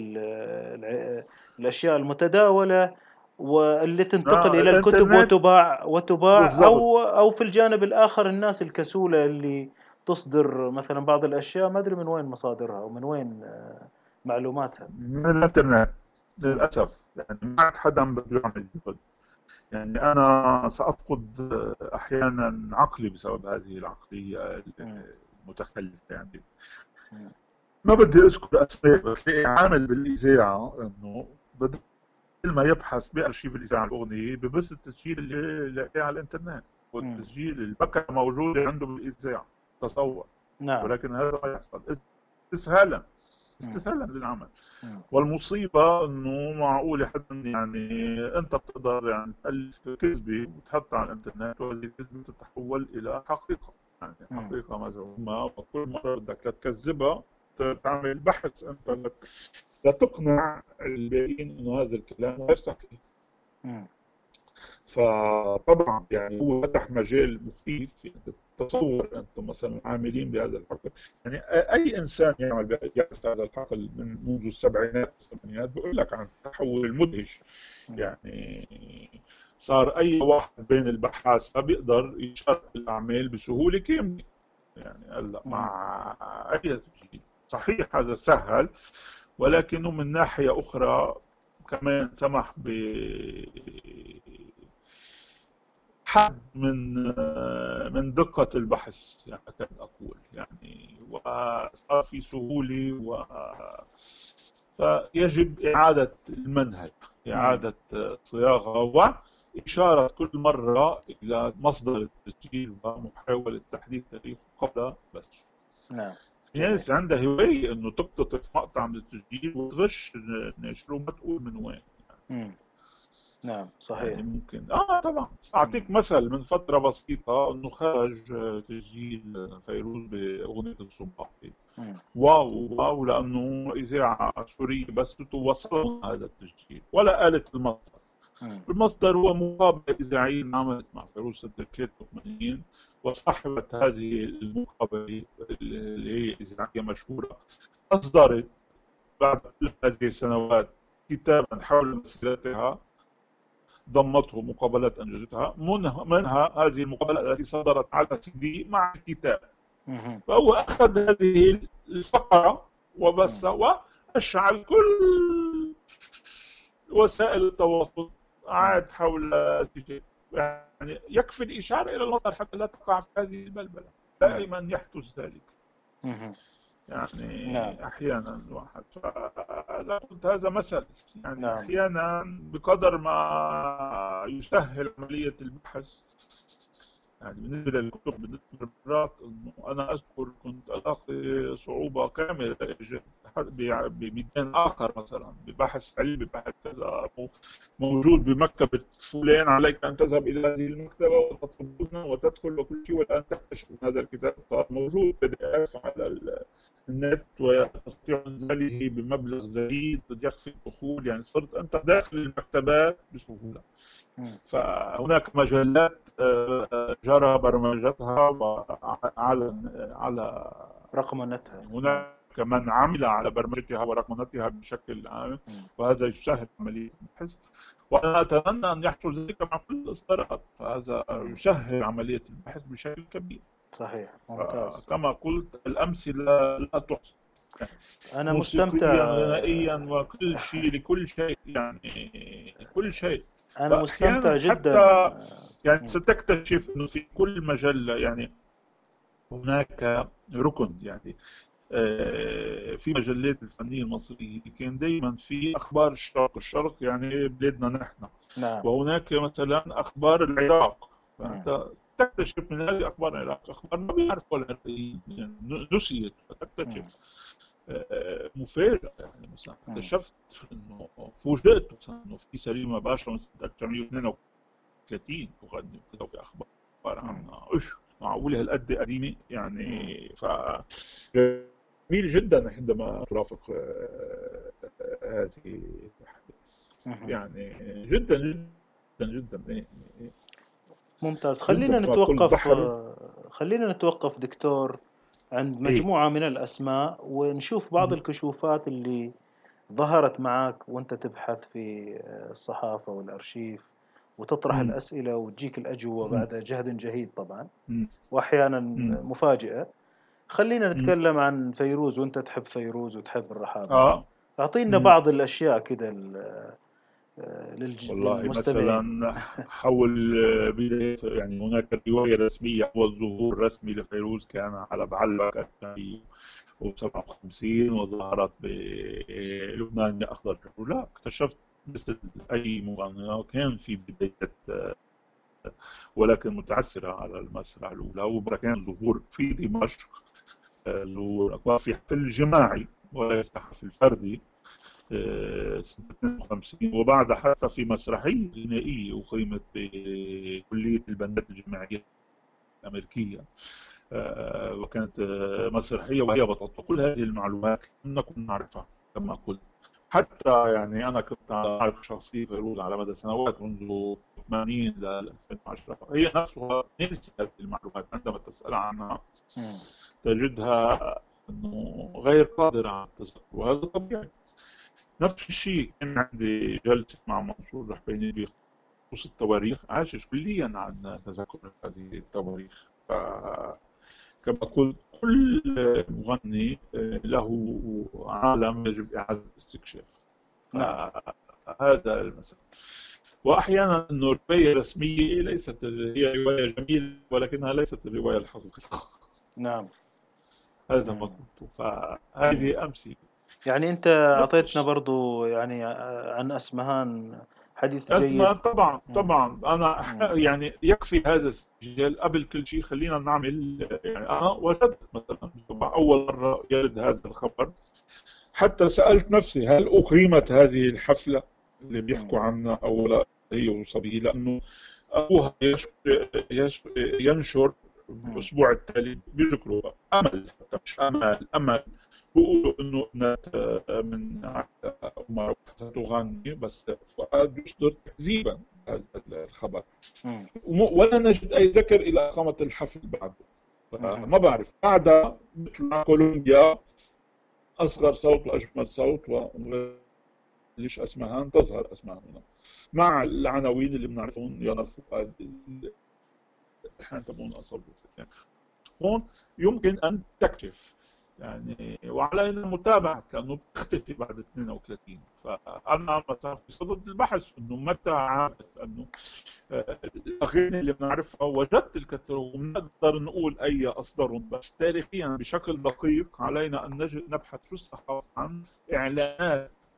الأشياء المتداولة واللي تنتقل إلى الكتب الانترنت وتباع، بالضبط. أو في الجانب الآخر الناس الكسولة اللي تصدر مثلا بعض الأشياء ما أدري من وين مصادرها ومن وين معلوماتها. من الانترنت مم. للاسف. يعني ما عاد حدا بده يعمل جهد. يعني انا سافقد احيانا عقلي بسبب هذه العقليه مم. المتخلفه. يعني مم. ما بدي اذكر اسماء، بس لقي عامل بالاذاعه انه بدل ما يبحث بارشيف الاذاعه الاغنيه ببث التسجيل اللي لاقيه على الانترنت، مم. والتسجيل البكره موجوده عنده بالاذاعه. تصور. نعم. ولكن هذا ما يحصل استسهالا، مم. استسهالا للعمل. مم. والمصيبه انه معقول حدا يعني انت بتقدر يعني تالف كذبه وتحطها على الانترنت، وهذه الكذبه تتحول الى حقيقه. يعني مم. حقيقه مزعومه، وكل مره بدك تكذبها تعمل بحث انت لتقنع الباقيين انه هذا الكلام غير صحيح. مم. فطبعا يعني هو فتح مجال مخيف. يعني تصور انتم مثلا عاملين بهذا الحقل، يعني اي انسان يعرف هذا الحقل من منذ السبعينات والثمانينات بقول لك عن التحول المدهش. مم. يعني صار اي واحد بين البحاثه بيقدر يشارك الاعمال بسهوله كامله. يعني هلا مم. مع اي تسجيل صحيح هذا سهل، ولكنه من ناحيه اخرى كمان سمح حد من دقة البحث، يعني أكاد أقول. يعني وصار في سهولة فيجب إعادة المنهج، مم. إعادة صياغة وإشارة كل مرة إلى مصدر التسجيل ومحاولة تحديد تاريخه قبل بس. نعم. في جميل. ناس عندها هواية إنه تقتطف مقطع من التسجيل وتغش نشره ما تقول من وين. مم. نعم يعني صحيح. ممكن طبعا مم. اعطيك مثل من فتره بسيطه انه خرج تسجيل فيروز باغنيه الصباحي. مم. واو واو، لانه اذاعه سوريه بس توصلنا هذا التسجيل ولا قالت المصدر. مم. المصدر هو مقابله اذاعيه عملت مع فيروز سنه 83، وصاحبه هذه المقابله اللي هي اذاعيه مشهوره اصدرت بعد كل هذه السنوات كتابا حول مسيرتها ضمته مقابلات أنجزتها، منها هذه المقابلة التي صدرت على سي دي مع الكتاب. مم. فهو أخذ هذه الفقرة وبث مم. وأشعل كل وسائل التواصل مم. عاد حول الكتاب. يعني يكفي الإشارة إلى المصدر حتى لا تقع في هذه البلبلة. مم. دائما يحدث ذلك مم. نعم. يعني أحيانا الواحد. هذا مثل. يعني نعم. أحيانا بقدر ما يسهل عملية البحث يعني بالنسبة للكتب، بالنسبة للمرات إنه أنا أذكر كنت ألاقي صعوبة كاملة بميدان آخر، مثلا ببحث علمي، بحث كذا موجود بمكتبة فلان، عليك أن تذهب إلى هذه المكتبة وتطلبونه وتدخل وكل شيء، والآن تكتشف أن هذا الكتاب صار موجود PDF على النت وتستطيع إنزاله بمبلغ زهيد قد يكفي الدخول، يعني صرت أنت داخل المكتبات بسهولة. فهناك مجلات جرى برمجتها على رقمنتها. هناك من عمل على برمجتها ورقمنتها بشكل عام، وهذا يسهل عملية البحث، وأنا أتمنى أن يحصل ذلك مع كل الإصدارات، فهذا يسهل عملية البحث بشكل كبير. صحيح، ممتاز. كما قلت الأمثلة لا تحصى، أنا موسيقيا، مستمتع. غنائيا، وكل شيء لكل شيء، يعني كل شيء. أنا مستمتع وأحيانا جدا. حتى يعني ستكتشف أنه في كل مجلة يعني هناك ركن، يعني في مجلات الفنية المصرية كان دائما في أخبار الشرق يعني بلادنا نحن، نعم. وهناك مثلا أخبار العراق، فأنت تكتشف من هذه أخبار العراق أخبار ما بيعرفوا العراقيين، يعني نسيت، فتكتشف مفاجأة. يعني مثلا اكتشفت انه فوجئت مثلا انه في سليمة باشا من سنة 1932 تغني وكذا، وفي اخبار عنها، معقولة هالقد قديمة يعني. ف جميل جدا عندما ترافق هذه الاحداث، يعني جدا جدا جدا. ممتاز. جدا كما قلت بحر. خلينا نتوقف دكتور عند ايه. مجموعة من الأسماء، ونشوف بعض الكشوفات اللي ظهرت معك وانت تبحث في الصحافة والأرشيف، وتطرح الأسئلة وتجيك الأجوبة بعد جهد جهيد طبعا، وأحيانا مفاجئة. خلينا نتكلم عن فيروز، وانت تحب فيروز وتحب الرحابة. أعطينا بعض الأشياء كده والله للمستمعين. مثلا حول بداية، يعني هناك رواية رسمية، أول ظهور رسمي لفيروز كان على بعلبك 1957، وظهرت بلبنان يا أخضر لا، اكتشفت مثل أي مغنية كان في بداية، ولكن متعثرة على المسرح الأولى، وكان ظهور في دمشق، ظهور في حفل جماعي وليس حفل فردي سنة 52، وبعد حتى في مسرحية غنائية أقيمت بكلية البنات الجامعية الأمريكية، وكانت مسرحية وهي بطلت. كل هذه المعلومات لم نكن نعرفها كما قلت. حتى يعني أنا كنت أعرف شخصية فيروز على مدى سنوات، منذ 80 ل 2010، هي نفسها نسيت هذه المعلومات. عندما تسأل عنها تجدها أنه غير قادرة على التذكر، وهذا طبيعي. نفس الشيء كان عندي جلسة مع منصور الرحبيني بخصوص التواريخ، عاجز كليا عن تذكر هذه التواريخ. كما قلت كل مغني له عالم يجب إعادة استكشاف. هذا المثل. وأحيانا أنه رواية رسمية ليست هي رواية جميلة، ولكنها ليست الرواية الحقيقية. نعم، هذا ما قلت. فهذه أمثلة. يعني أنت أعطيتنا برضو يعني عن أسمهان حديث جيد. طبعا أنا يعني يكفي هذا السجل. قبل كل شيء خلينا نعمل، يعني أنا وجدت مثلا أول مرة يرد هذا الخبر، حتى سألت نفسي هل أقيمت هذه الحفلة اللي بيحكوا عنها أو لا هي وصبيه، لأنه أبوها ينشر الأسبوع التالي بيذكروا أمل، حتى مش أمل بيقولوا إنه ابنة من عمر تغني، بس فؤاد يصدر تكذيبا هذا الخبر، ولا نجد أي ذكر إلى إقامة الحفل بعد. ما بعرف بعدها بيطلع كولومبيا أصغر صوت وأجمل صوت، وليش أسمهان تظهر أسمهان هنا مع العناوين اللي بنعرفون يا فؤاد احنا تبون أصل. هون يمكن أن تكتشف يعني، وعلينا متابعة لأنه بتختفي بعد 32. فأنا مثلا في صدد البحث إنه متى عادت، لأنه الأغاني اللي بنعرفها وجدت الكثير ونقدر نقول أي أصدرهم، بس تاريخيا بشكل دقيق علينا أن نبحث في الصحافة عن إعلانات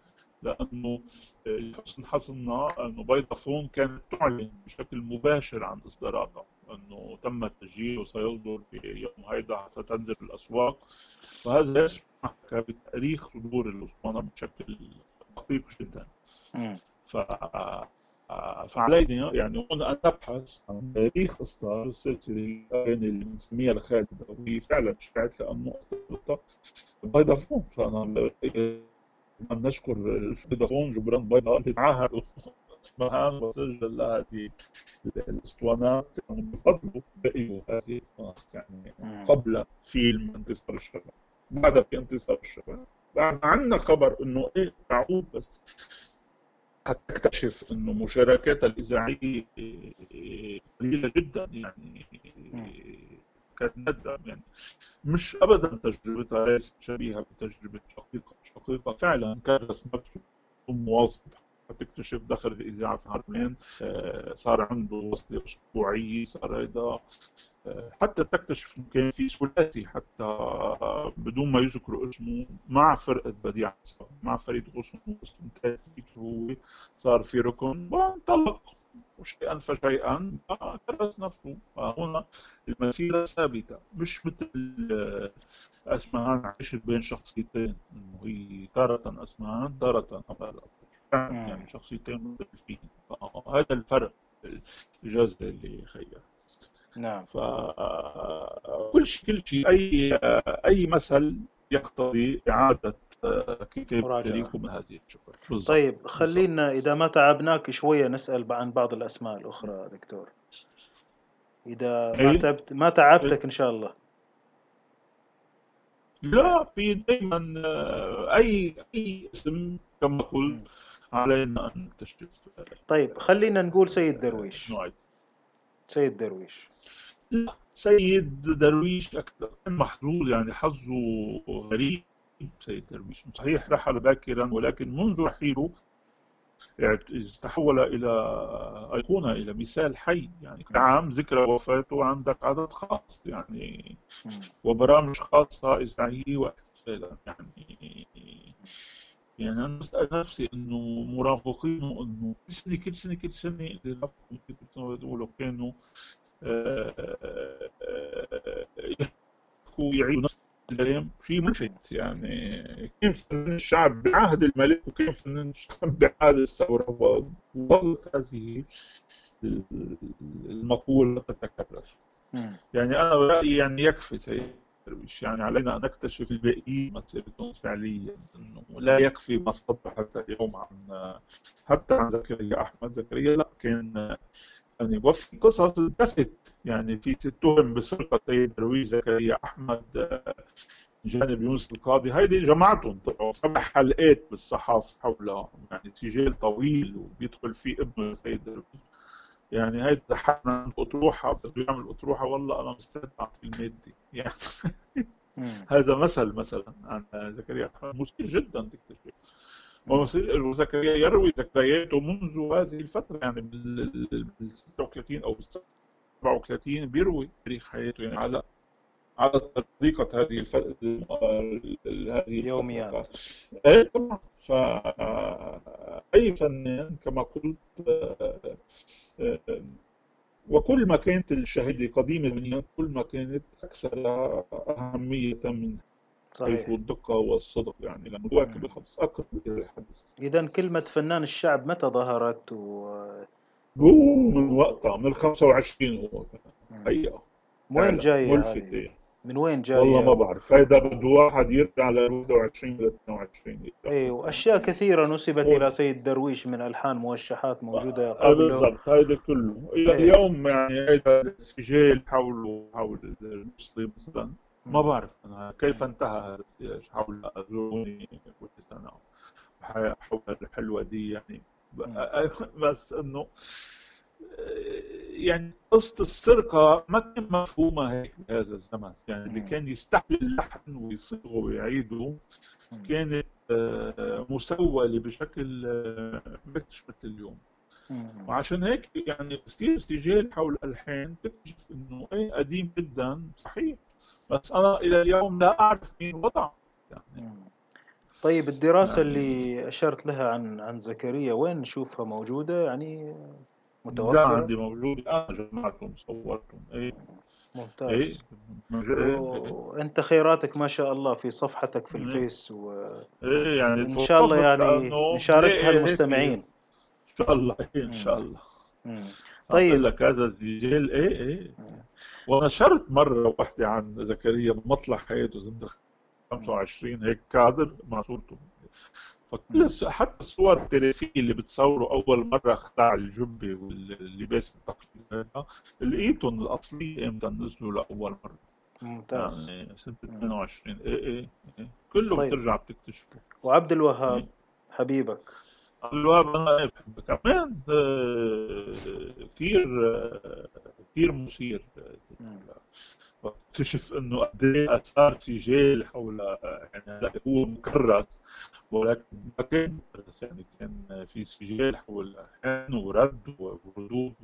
لأنه لحسن حظنا أنه فودافون كانت تعلن بشكل مباشر عن إصداراتها، أنه تم التسجيل وسيصدر في يوم هيدا ستنزل الأسواق، وهذا يسمح بتاريخ صدور الأسطوانة بشكل دقيق جدا. مم. ف فعلينا يعني هون أن نبحث عن تاريخ إصدار السلسلة الأغاني اللي بنسميها الخالدة، وهي فعلا شفعت لأنه أصدرتها فودافون. فأنا بدنا نشكر فودافون جبران بيضاء اللي تعهدوا اسمها وسجل هذه الاسطوانات، يعني بفضله بقيوا هذه يعني مم. قبل فيلم انتصار الشباب، بعد في انتصار الشباب، بعد عندنا خبر انه ايه تعود، بس هتكتشف انه مشاركاتها الاذاعيه قليله جدا، يعني مم. كانت نادره، يعني مش ابدا تجربتها ليست شبيهه بتجربه شقيقه. شقيقه فعلا كرس نفسه مواظب، تكتشف دخل الاذاعه في عارفين، صار عنده وصله اسبوعيه، صار هيدا، حتى تكتشف انه كان في ثلاثي حتى بدون ما يذكروا اسمه مع فرقه بديع، مع فريد غصن ثالث هو، صار في ركن وانطلق وشيئا فشيئا كرس نفسه. هنا المسيرة ثابتة، مش مثل أسمهان عشت بين شخصيتين، إنه هي تارة أسمهان تارة أمال أفضل، مم. يعني شخصيتين مختلفين. هذا الفرق الجذري اللي خير. نعم. كل شيء أي مثل يقتضي إعادة كتاب مراجعة. تاريخه من هذه الجهة. بالضبط. طيب بالضبط. خلينا إذا ما تعبناك شوية نسأل عن بعض الأسماء الأخرى دكتور، إذا أي ما تعبتك إن شاء الله. لا، في دائما أي اسم كما مم. قلت علينا أن نكتشف طيب خلينا نقول سيد درويش. نوع. سيد درويش. لا، سيد درويش أكثر كان محظوظ، يعني حظه غريب. سيد درويش صحيح رحل باكرا، ولكن منذ رحيله تحول إلى أيقونة، إلى مثال حي. يعني كل مم. عام ذكرى وفاته عندك عدد خاص، يعني مم. وبرامج خاصة إذاعية واحتفالات. يعني أنا بسأل نفسي إنه مرافقينه إنه كل سنة اللي رافقوا يقولوا كانوا يحكوا يعيدوا نفس الكلام. شيء مم. ملفت، يعني كيف فنان الشعب بعهد الملك وكيف فنان الشعب بعهد الثورة، وظلت هذه المقولة تتكرر. مم. يعني أنا برأيي يعني يكفي سيد درويش، يعني علينا أن نكتشف الباقيين مسيرتهم فعليا، أنه لا يكفي ما صدر حتى اليوم حتى عن زكريا أحمد. زكريا لا، كان يعني وفي قصص انتست، يعني في تتهم بسرقة سيد درويش زكريا أحمد جانب يونس القاضي، هيدي جماعتهم طلعوا 7 حلقات بالصحافة حولها، يعني سجال طويل وبيدخل فيه ابن سيد درويش. يعني هاي ضحكنا عن أطروحة، بده يعمل أطروحة، والله أنا مستمتع في المادة يعني. مم. هذا مثلا عن زكريا أحمد مثير جدا تكتشف. مم. وزكريا يروي ذكرياته منذ هذه الفترة، يعني بال 36 أو بال 37 بيروي تاريخ حياته، يعني على طريقة هذه الفترة. يوميات. أي طبعا. أي فنان كما قلت، آه، وكل ما كانت الشهادة قديمة من كل ما كانت أكثر أهمية من حيث صحيح. الدقة والصدق، يعني لأنه تواكب مم. الحدث، أقرب إلى الحدث. إذا كلمة فنان الشعب متى ظهرت هو من و... وقتها، من ال 25 هو مم. حقيقة وين فعلا جاية هذه؟ ملفتة. من وين والله جاية ما بعرف، هيدا بده واحد يرجع ل 21 ولا 22 إيه، يتأكد من وأشياء هي. كثيرة نسبت هو إلى سيد درويش من ألحان موشحات موجودة قبله. بالضبط، هيدا كله إلى إيه. اليوم، يعني هيدا السجال حول المصري مثلا. ما مم. بعرف أنا كيف مم. انتهى هذا السياج حول أذروني كل سنة، حول الحلوة دي يعني. مم. بس إنه يعني قصة السرقة ما كان مفهومة هيك بهذا الزمن، يعني اللي مم. كان يستحمل اللحن ويصيغه ويعيده مم. كانت مسوّلة بشكل مش مثل اليوم. مم. وعشان هيك يعني بصير سجال حول الألحان تكتشف إنه إيه قديم جدا صحيح، بس أنا إلى اليوم لا أعرف مين وضع يعني. مم. طيب الدراسة يعني اللي أشرت لها عن زكريا وين نشوفها موجودة يعني لا متوفرة؟ عندي موجود، انا جمعتهم صورتهم. ايه ايه ممتاز. ايه وأنت خيراتك ما شاء الله في صفحتك في ايه, الفيس، وإن إيه يعني شاء الله توقفت يعني لانه نشاركها ايه هيك ان المستمعين. شاء الله. إيه ان مم. شاء الله. مم. اقول طيب. لك هذا السجل ايه. مم. ونشرت مرة واحدة عن زكريا بمطلع حياته سنة مم. 25 هيك كادر مع صورته. مم. حتى الصور التاريخية اللي بتصوروا أول مرة خلع الجبة واللباس التقليدي هذا، لقيتهم الأصلية إمتى نزلوا لأول مرة. ممتاز. يعني سنة مم. 22. إيه كله طيب، بترجع بتكتشفه. وعبد الوهاب إيه. حبيبك. الوهاب أنا إيه بحبه كمان. كثير كثير مثير. مم. واكتشف انه قد ايه اثار سجال حول، يعني هلا هو مكرس ولكن ما كان مكرس، يعني كان في سجال حول حين ورد وردود،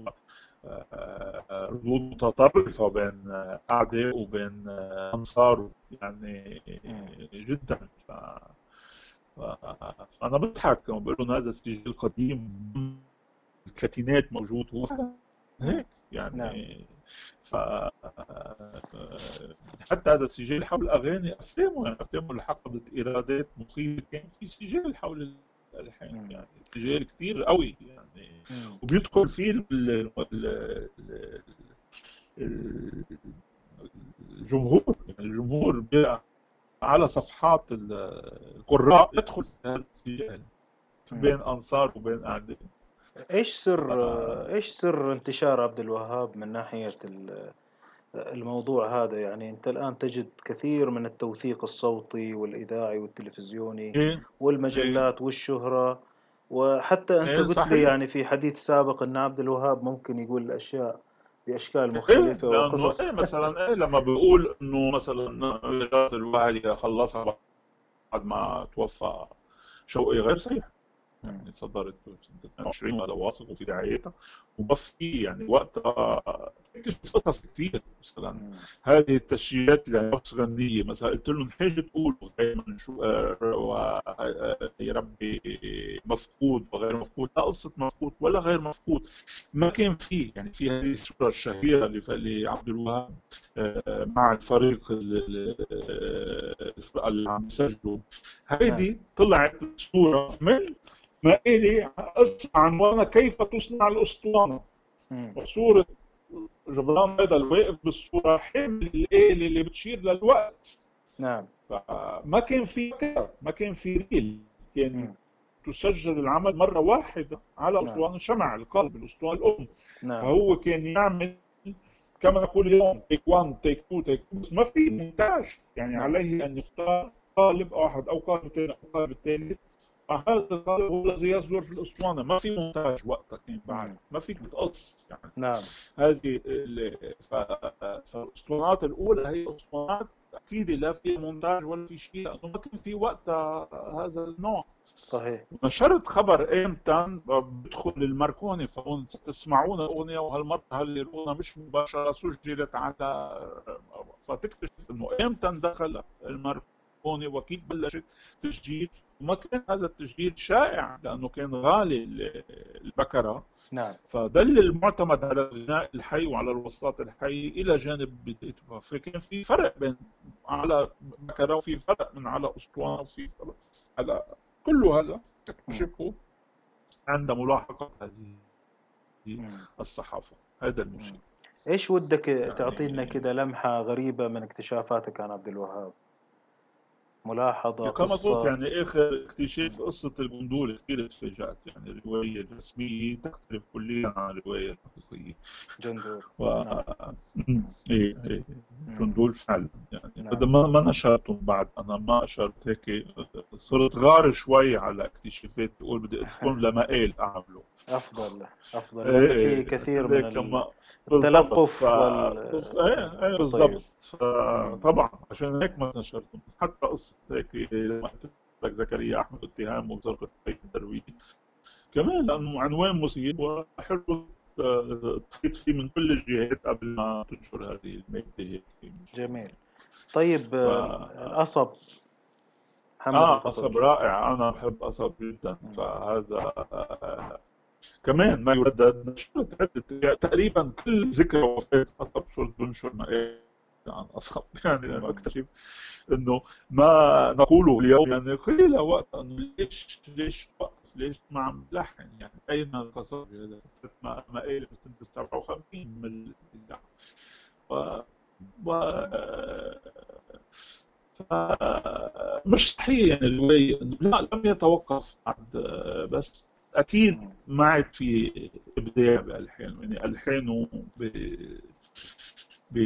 ردود متطرفه بين اعداء وبين انصاره يعني مم. جدا. ف... فانا بضحك لما بقول لهم هذا السجل قديم، الثلاثينات موجود هو فعلا مم. هيك نعم. يعني. ف حتى هذا السجال حول اغاني افلامه، يعني افلامه اللي حققت ايرادات مخيفه كان في سجال حول الالحان، مم. يعني سجال كثير قوي يعني. مم. وبيدخل فيه الجمهور، يعني الجمهور على صفحات القراء يدخل في هذا السجال مم. بين انصار وبين اعداء. ايش سر انتشار عبد الوهاب من ناحية الموضوع هذا؟ يعني انت الآن تجد كثير من التوثيق الصوتي والإذاعي والتلفزيوني ايه ايه والمجلات والشهرة، وحتى انت ايه قلت لي صحيح. يعني في حديث سابق ان عبد الوهاب ممكن يقول الاشياء باشكال ايه مختلفة لانه وقصص. ايه مثلا ايه لما بيقول انه مثلا اجازه الواحد خلصها بعد ما توفى شوقي غير صحيح. مم. يعني صدرت سنة 22 وهذا واثق وفي دعايتها، وما في يعني وقتها اكتشف قصص كثير. مثلا مم. هذه التسجيلات اللي نفس غنية مثلا قلت لهم حاجة تقولوا دائما شو يا ربي مفقود وغير مفقود، لا قصة مفقود ولا غير مفقود. ما كان فيه يعني في هذه الصورة الشهيرة لعبد الوهاب مع الفريق اللي عم يسجلوا، نعم. هيدي طلعت صورة من ما إلي قصة عنوانها كيف تصنع الأسطوانة. مم. وصورة جبران هذا الواقف بالصورة حامل الآلة اللي بتشير للوقت. نعم. فما كان في كار، ما كان في ريل، كان مم. تسجل العمل مرة واحدة على نعم. أسطوانة شمع القلب، الأسطوانة الأم. نعم. فهو كان يعمل كما نقول اليوم تيك 1 تيك 2 تيك 2، بس ما في مونتاج، يعني نعم. عليه أن يختار قالب واحد أو قالب ثاني أو قالب ثالث. هذا القالب هو الذي يصدر في الأسطوانة، ما في مونتاج وقتها كان بعد، مم. ما فيك بتقص يعني. نعم. هذه فالاسطوانات الاولى هي اسطوانات اكيد لا فيها مونتاج ولا في شيء، لانه ما كان في وقتها هذا النوع. صحيح. نشرت خبر امتى بدخل الماركوني فهون تسمعون الاغنيه، وهالمره هاللي الاغنيه مش مباشره سجلت على، فتكتشف انه امتى دخل الماركوني واكيد بلشت تسجيل. وما كان هذا التسجيل شائع لانه كان غالي البكره. نعم. فدل المعتمد على الغناء الحي وعلى الوساطة الحي إلى جانب بدايته. فكان في فرق بين على بكرة، وفي فرق من على أسطوانة، وفي فرق على كل هذا مم. تكتشفه عند ملاحقة هذه مم. الصحافة. هذا مم. المثير ايش ودك تعطينا يعني. كده لمحة غريبة من اكتشافاتك عن عبد الوهاب؟ ملاحظة، كما قلت قصة. يعني آخر اكتشاف مم. قصة الجندول كثير تفاجأت، يعني الرواية الرسمية تختلف كليا عن الرواية الحقيقية. جندول. و نعم. ايه مم. جندول فعلا يعني. نعم. هذا ما نشرتهم بعد، انا ما اشرت هيك. صرت غار شوي على اكتشافات، بقول بدي ادخل لمقال اعمله. أفضل. أفضل لأن في ايه كثير عشان من هيك لما بالضبط التلقف ايه والتصيد. بالضبط. مم. طبعا عشان هيك ما نشرتهم. حتى قصه هيك لما قلت لك زكريا احمد اتهام وزرقة الدرويش كمان لانه عنوان مثير وحلو تحيط فيه من كل الجهات قبل ما تنشر هذه المادة هيك. جميل. طيب، ف... القصب محمد قصب القصبي. رائع، أنا بحب قصب جدا. مم. فهذا كمان ما يردد. نشرت عدة تقريبا كل ذكرى وفاة قصب صرت بنشر مقال عن قصب يعني لما مم. أكتشف إنه ما نقوله اليوم يعني قيل وقت إنه ليش وقف، ليش ما عم لحن، يعني أين القصب هذا؟ مقال 257 من الإذاعة. و... و... مش صحيح يعني الوي انه لا لم يتوقف بعد، بس اكيد مم. ما عاد في ابداع بالحان، يعني الحانه ب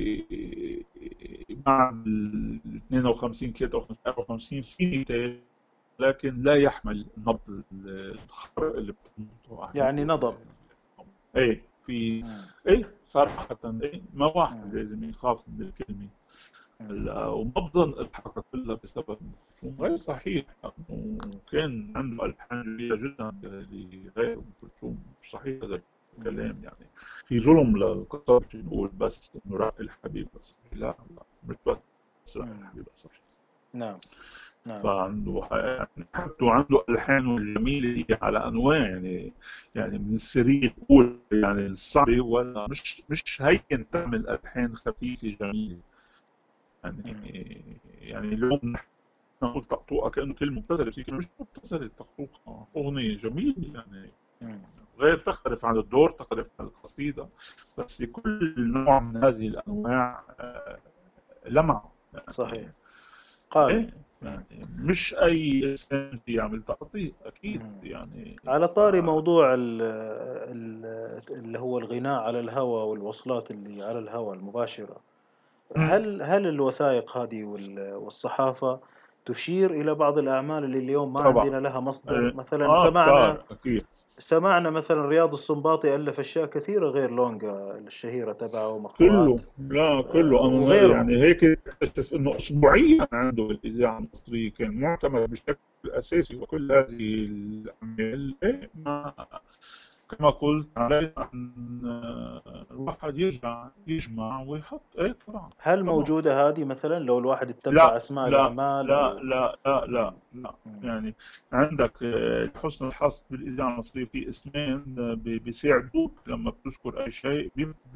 بعد ال 52 53 54 في نتاج، لكن لا يحمل نبض الخرق اللي بتنبضه يعني هدول. نضب. ايه في مم. ايه صراحة، ايه ما واحد مم. لازم يخاف من الكلمة. مم. ومبضن الحركة كلها بسبب كلثوم غير صحيح، لأنه كان عنده ألحان جميلة جدا لغير أم كلثوم. مش صحيح هذا مم. الكلام، يعني في ظلم للقصب نقول بس إنه راح الحبيب صبري. لا لا، مش بس راح مم. الحبيب صبري. نعم. نعم. فعنده يعني حتى عنده ألحانه الجميلة هي على أنواع، يعني من السرير تقول يعني الصعبة، ولا مش هين تعمل ألحان خفيفة جميلة. مم. يعني اليوم نحن نقول طقطوقة كأنه كلمة مبتذلة، في كلمة مش مبتذلة. طقطوقة أغنية جميلة يعني مم. غير تختلف عن الدور، تختلف عن القصيدة، بس لكل نوع من هذه الأنواع لمعة صحيح. يعني. قالوا. إيه مم. يعني مش أي إنسان يعمل تقطيع أكيد مم. يعني. على ف طاري موضوع اللي هو الغناء على الهواء والوصلات اللي على الهواء المباشرة، مم. هل الوثائق هذه والصحافة تشير إلى بعض الأعمال اللي اليوم ما طبعا. عندنا لها مصدر؟ إيه. مثلا سمعنا كتار أكيد. سمعنا مثلا رياض السنباطي ألف أشياء كثيرة غير لونجا الشهيرة تبعه كله، مقطوعات لا كله انا وغيرهم. يعني هيك اكتشف انه اسبوعيا عنده الاذاعه المصريه كان معتمد بشكل اساسي، وكل هذه الاعمال إيه ما كما قلت عليه ان الواحد يرجع يجمع ويحط. ايه طبعا. هل طبعا. موجودة هذه مثلا لو الواحد يتبع لا أسماء لا الأعمال لا أو؟ لا لا لا مم. لا مم. يعني عندك لحسن الحظ بالاذاعه المصريه في اسمين بيساعدوك لما بتذكر اي شيء،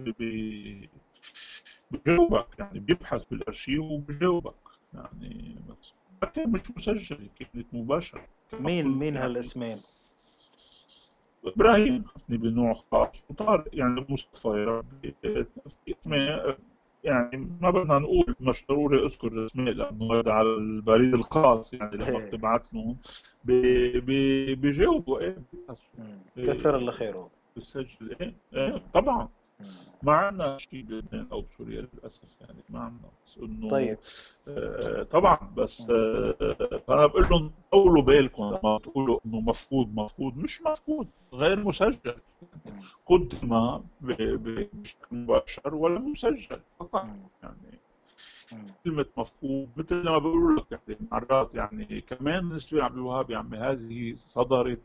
بجاوبك، يعني بيبحث بالارشيف وبجاوبك يعني. بس لكن مش مسجل، كانت مباشرة كما قلت مين يعني. هالاسمين؟ ابراهيم خطني بنوع خاص، وطارق يعني مصطفى يا ربي في مم. اسماء. يعني ما بدنا نقول مش ضروري اذكر الاسماء لانه هذا على البريد الخاص، يعني لما إيه. بتبعت لهم مم. بيجاوبوا. ايه مم. كثر الله بيحسوا. خيره. بيسجل. ايه طبعا. مم. ما عندنا شيء بلبنان او بسوريا للاسف، يعني ما عندنا، بس انه طيب. طبعا. بس مم. فانا بقول لهم طولوا بالكم لما تقولوا انه مفقود مش مفقود، غير مسجل. مم. قدم بشكل مباشر ولا مسجل فقط مم. يعني. مم. كلمة مفقود مثل ما بقول لك يعني مرات، يعني كمان بالنسبة لعبد الوهاب يا عمي هذه صدرت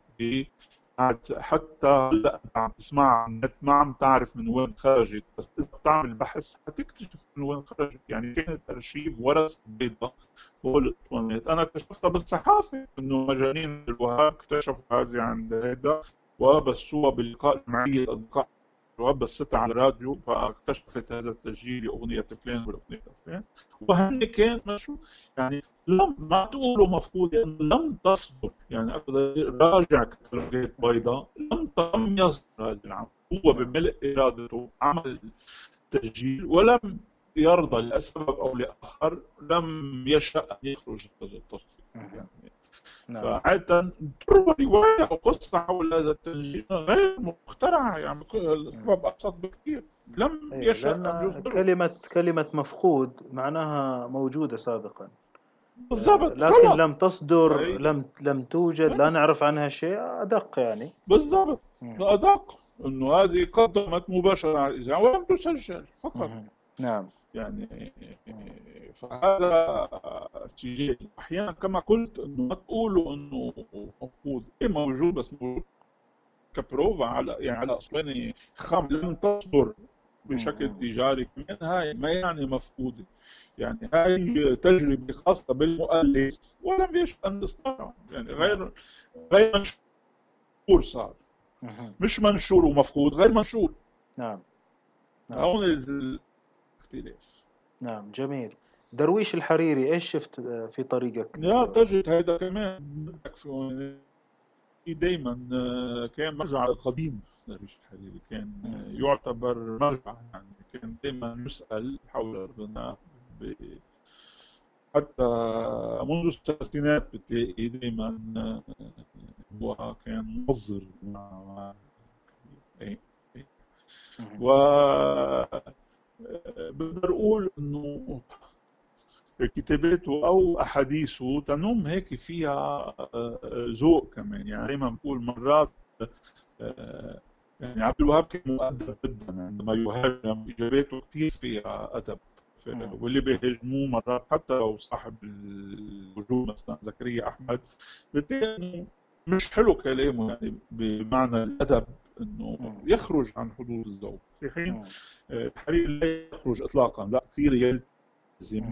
حتى هلا انت عم تسمعها عن النت ما عم تعرف من وين خرجت، بس اذا بتعمل بحث حتكتشف من وين خرجت. يعني كانت ارشيف ورث بيضاء فوق الاسطوانات، انا اكتشفتها بالصحافه انه مجانين الوهاب اكتشفوا هذه عند هيدا وبثوها بلقاء معي اصدقاء الوهاب، بثتها على الراديو فاكتشفت هذا التسجيل لاغنيه فلان والاغنيه فلان. وهن كان مشو يعني لم ما تقولوا مفقود لأنه لم تصدر، يعني راجع كتالوجات بيضاء لم يصدر هذا العمل. هو نعم. بملء إرادته عمل تسجيل ولم يرضى لسبب أو لآخر، لم يشأ أن يخرج هذا التصوير مم. يعني. نعم. فعادة تروى رواية أو قصة حول هذا التسجيل غير مخترعة، يعني مم. السبب أبسط بكثير، لم ايوه، يشأ أن لأن يصدره. كلمة مفقود معناها موجودة سابقا، بالضبط لكن غلط. لم تصدر، فهي لم توجد، لا نعرف عنها شيء أدق يعني. بالضبط. مم. أدق أنه هذه قدمت مباشرة على الإذاعة ولم تسجل فقط مم. نعم. يعني. مم. فهذا اتجاه أحيانا كما قلت أنه ما تقولوا أنه موجود، إيه موجود، بس موجود كبروفا على يعني على أسواني خام لم تصدر بشكل تجاري كمان، هاي ما يعني مفقودة، يعني هاي تجربة خاصة بالمؤلف ولم يشأن اصدارها، يعني غير منشور صار، مش منشور ومفقود، غير منشور. نعم. نعم. هون الاختلاف. نعم. جميل. درويش الحريري ايش شفت في طريقك يا انت؟ تجد هيدا كمان بدك دايما كان مرجع قديم. درويش الحريري كان يعتبر مرجع، يعني كان دايما يسأل حول الغناء حتى منذ الستينات بتلاقي دايما هو كان منظر مع إيه. و بقدر اقول انه كتاباته او احاديثه تنم هيك فيها ذوق كمان، يعني دائما بقول مرات يعني عبد الوهاب كان مؤدب جدا عندما يهاجم، اجاباته كثير فيها ادب، واللي بيهاجموه مرات حتى لو صاحب الوجود مثلا زكريا احمد بتلاقي انه مش حلو كلامه، يعني بمعنى الادب انه يخرج عن حدود الذوق، في حين الحريري لا يخرج اطلاقا، لا كثير يلتزم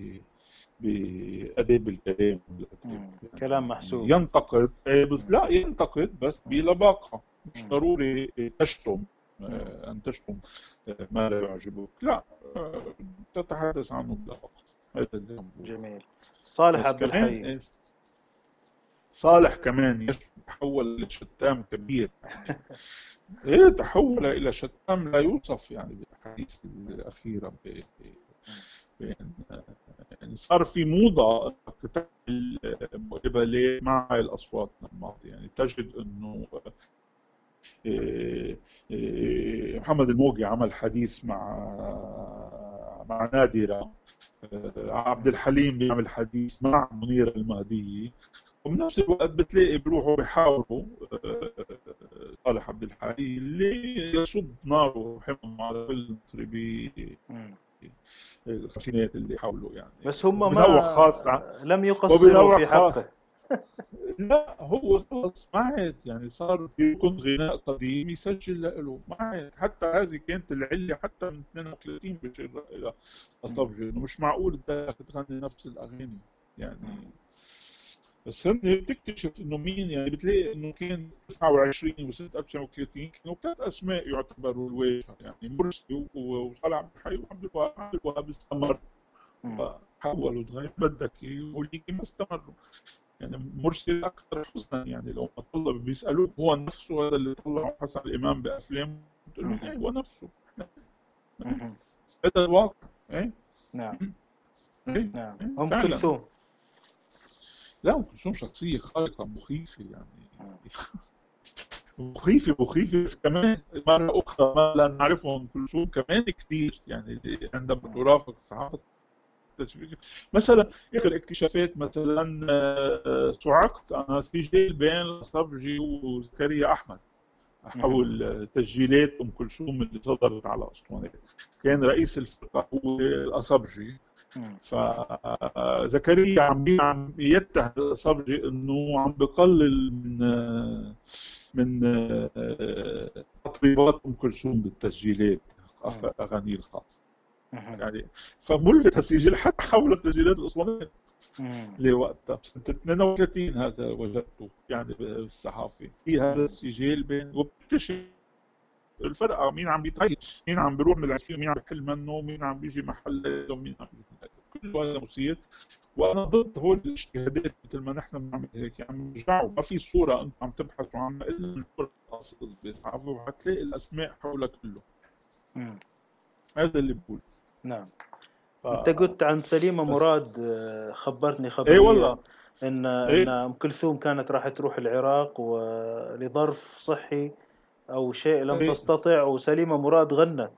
بآداب الكلام، يعني كلام محسوب. ينتقد، لا ينتقد بس بلباقة، مش ضروري تشتم أن تشتم ما لا يعجبك، لا تتحدث عنه بلباقة. هذا اللي جميل. صالح عبد الحي. كمان صالح كمان تحول لشتام كبير، يعني تحول إلى شتام لا يوصف، يعني بالأحاديث الأخيرة يعني صار في موضة كتاب الإبالة مع الأصوات النماطية، يعني تجد أنه محمد الموجي عمل حديث مع نادرة، عبد الحليم بيعمل حديث مع منير المهدي، وبنفس الوقت بتلاقي بيروحوا بيحاوروا صالح عبد الحي اللي يصب ناره وحمم على كل مطربي الخمسينات اللي حاولوا، يعني بس هم بنوع خاص لم يقصروا في حقه. لا هو خلص ما عاد، يعني صار يكون غناء قديم يسجل له، ما عاد. حتى هذه كانت العلة حتى من 32 بشير إلى أصبجي، إنه مش معقول بدك تغني نفس الأغاني يعني. بس هن بتكتشف إنه مين، يعني بتلاقي إنه كان 29 وسنة 1930 كانوا 3 أسماء يعتبروا الواجهة، يعني مرسي وصالح عبد الحي وعبد الوهاب. عبد الوهاب استمر وحولوا تغير بدك وليكي ما استمروا، يعني مرسي أكثر حزنا، يعني لو الطلبة بيسألوه هو نفسه هذا اللي طلعه حسن الإمام بأفلام، قلت له إيه هو نفسه، هذا الواقع. إيه؟ نعم. إيه؟ نعم. إيه؟ أم كلثوم. لا أم كلثوم شخصية خارقة مخيفة، يعني مخيفة، بس كمان مرة أخرى ما لا نعرفه أم كلثوم كمان كثير، يعني عندما ترافق صحافة مثلا اخر اكتشافات، مثلا صعقت انا سجل بين الأصبجي وزكريا احمد حول تسجيلات ام كلثوم اللي صدرت على اسطوانات، كان رئيس الفرقه هو الأصبجي، فزكريا عم يتهم الأصبجي انه عم بقلل من تطريبات ام كلثوم بالتسجيلات اغاني الخاصه، يعني فملفت هالسجل حتى حول تسجيلات الاسطوانات لوقتها سنة 32 هذا وجدته يعني بالصحافة في هذا السجل بين، وبتكتشف الفرقة مين عم بيتغير، مين عم بيروح من العشرين، مين عم بيحل منه، مين عم بيجي محله، مين عم بيجي، كل هذا مثير. وانا ضد هول الاجتهادات مثل ما نحن بنعمل هيك، يعني رجعوا ما في صورة انت عم تبحثوا عنها الا من القصص بالصحافة وحتلاقي الاسماء حولها كله. هذا اللي بقول. نعم. انت قلت عن سليمة مراد، خبرتني ايه خبرية والله ان إيه؟ ام كلثوم كانت راح تروح العراق ولظرف صحي او شيء لم إيه؟ تستطع، وسليمة مراد غنت.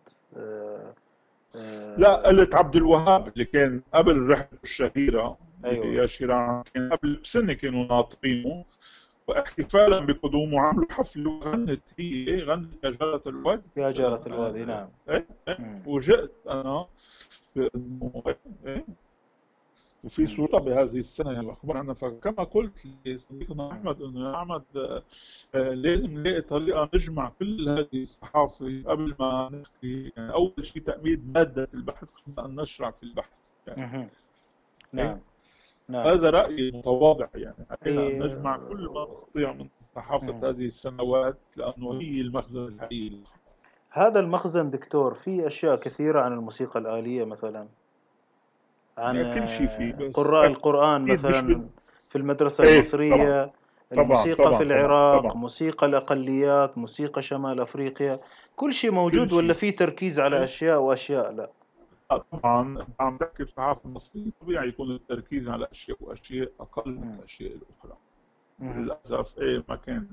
لا قلت عبد الوهاب اللي كان قبل رحلته الشهيرة ايوه. يا شيران، كان قبل بسنة كانوا ناطرينه، واحتفالا بقدومه عملوا حفلة وغنت هي، غنت يا جارة الوادي يا جارة الوادي. نعم. وجئت أنا بأنه وفي شرطة بهذه السنة يعني الأخبار عنها. فكما قلت لصديقنا أحمد إنه يا أحمد لازم نلاقي طريقة نجمع كل هذه الصحافة قبل ما نحكي. يعني أول شيء تأمين مادة البحث قبل أن نشرع في البحث يعني. مهم. إيه؟ نعم. نعم. هذا رأيي المتواضع يعني. علينا أن إيه. نجمع كل ما نستطيع من صحافة مم. هذه السنوات لأنه هي المخزن الحقيقي. هذا المخزن دكتور فيه أشياء كثيرة عن الموسيقى الآلية مثلا، عن يعني كل شيء فيه، بس قراء القرآن أكيد مش مثلا في المدرسة إيه طبعا المصرية، طبعا الموسيقى في طبعا طبعا العراق، طبعا. موسيقى الأقليات، موسيقى شمال أفريقيا، كل شيء كل موجود ولا شيء في تركيز على إيه؟ أشياء وأشياء لا؟ طبعا أنت عم تحكي بصحافة مصرية، طبيعي يكون التركيز على أشياء وأشياء أقل من مم. الأشياء الأخرى. مم. للأسف إيه ما كان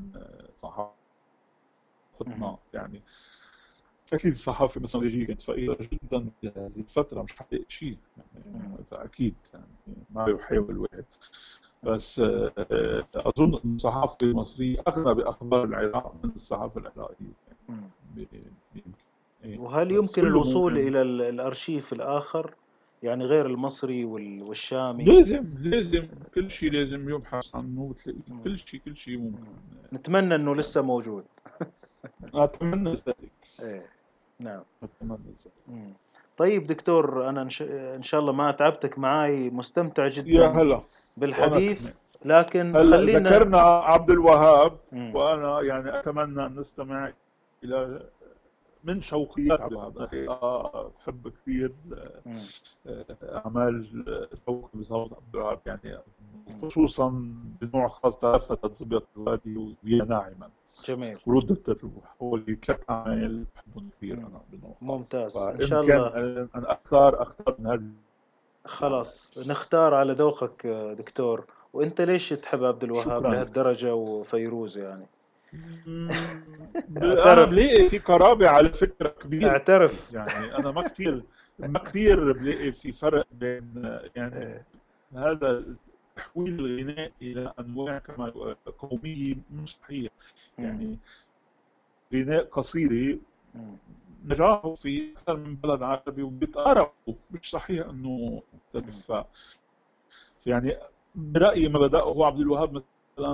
مم. صحافتنا يعني. أكيد الصحافة المصرية كانت فقيرة جدا في هذه الفترة، مش حقيقي شيء يعني، مم. هذا أكيد يعني ما يحاول الواحد. مم. بس أظن أن الصحافة المصرية أغنى بأخبار العراق من الصحافة العراقية مم. يعني. يمكن إيه. وهل بس يمكن كله الوصول مهم. إلى الأرشيف الآخر، يعني غير المصري والشامي؟ لازم كل شيء لازم يبحث عنه وتلاقيه. مم. كل شيء ممكن. مم. نتمنى أنه لسه موجود. أتمنى ذلك. إيه. نعم. أتمنى ذلك. مم. طيب دكتور، أنا إن شاء الله ما أتعبتك معي، مستمتع يا جدا هلا. وأنا بالحديث، كمان. لكن هلا خلينا. ذكرنا عبد الوهاب، مم. وأنا يعني أتمنى أن نستمع إلى من شوقيات عبد الوهاب. أنا بحب كثير مم. أعمال شوقي بصوت عبد الوهاب يعني، مم. خصوصا بنوع خاص تلفتت ظبيط الوادي ويا ناعما جميل. وردة الروح. هو اللي ثلاث أعمال بحبهم كثير مم. أنا بنوع خاص. ممتاز إن فإن شاء كان الله. أن أختار من هذه الأعمال. خلاص نختار على ذوقك دكتور. وأنت ليش تحب عبد الوهاب شكرا لك. لهالدرجة وفيروز يعني؟ أنا اعترف. بلاقي في قرابة على فكرة كبيرة. اعترف. يعني أنا ما كثير بلاقي في فرق بين يعني إيه. هذا تحويل الغناء إلى أنواع كما قومية مش صحيح. مم. يعني غناء قصيدة مم. نجاحه في أكثر من بلد عربي وبيتقاربوا، مش صحيح إنه مم. مختلف. يعني برأيي ما بدأه هو عبد الوهاب مثلا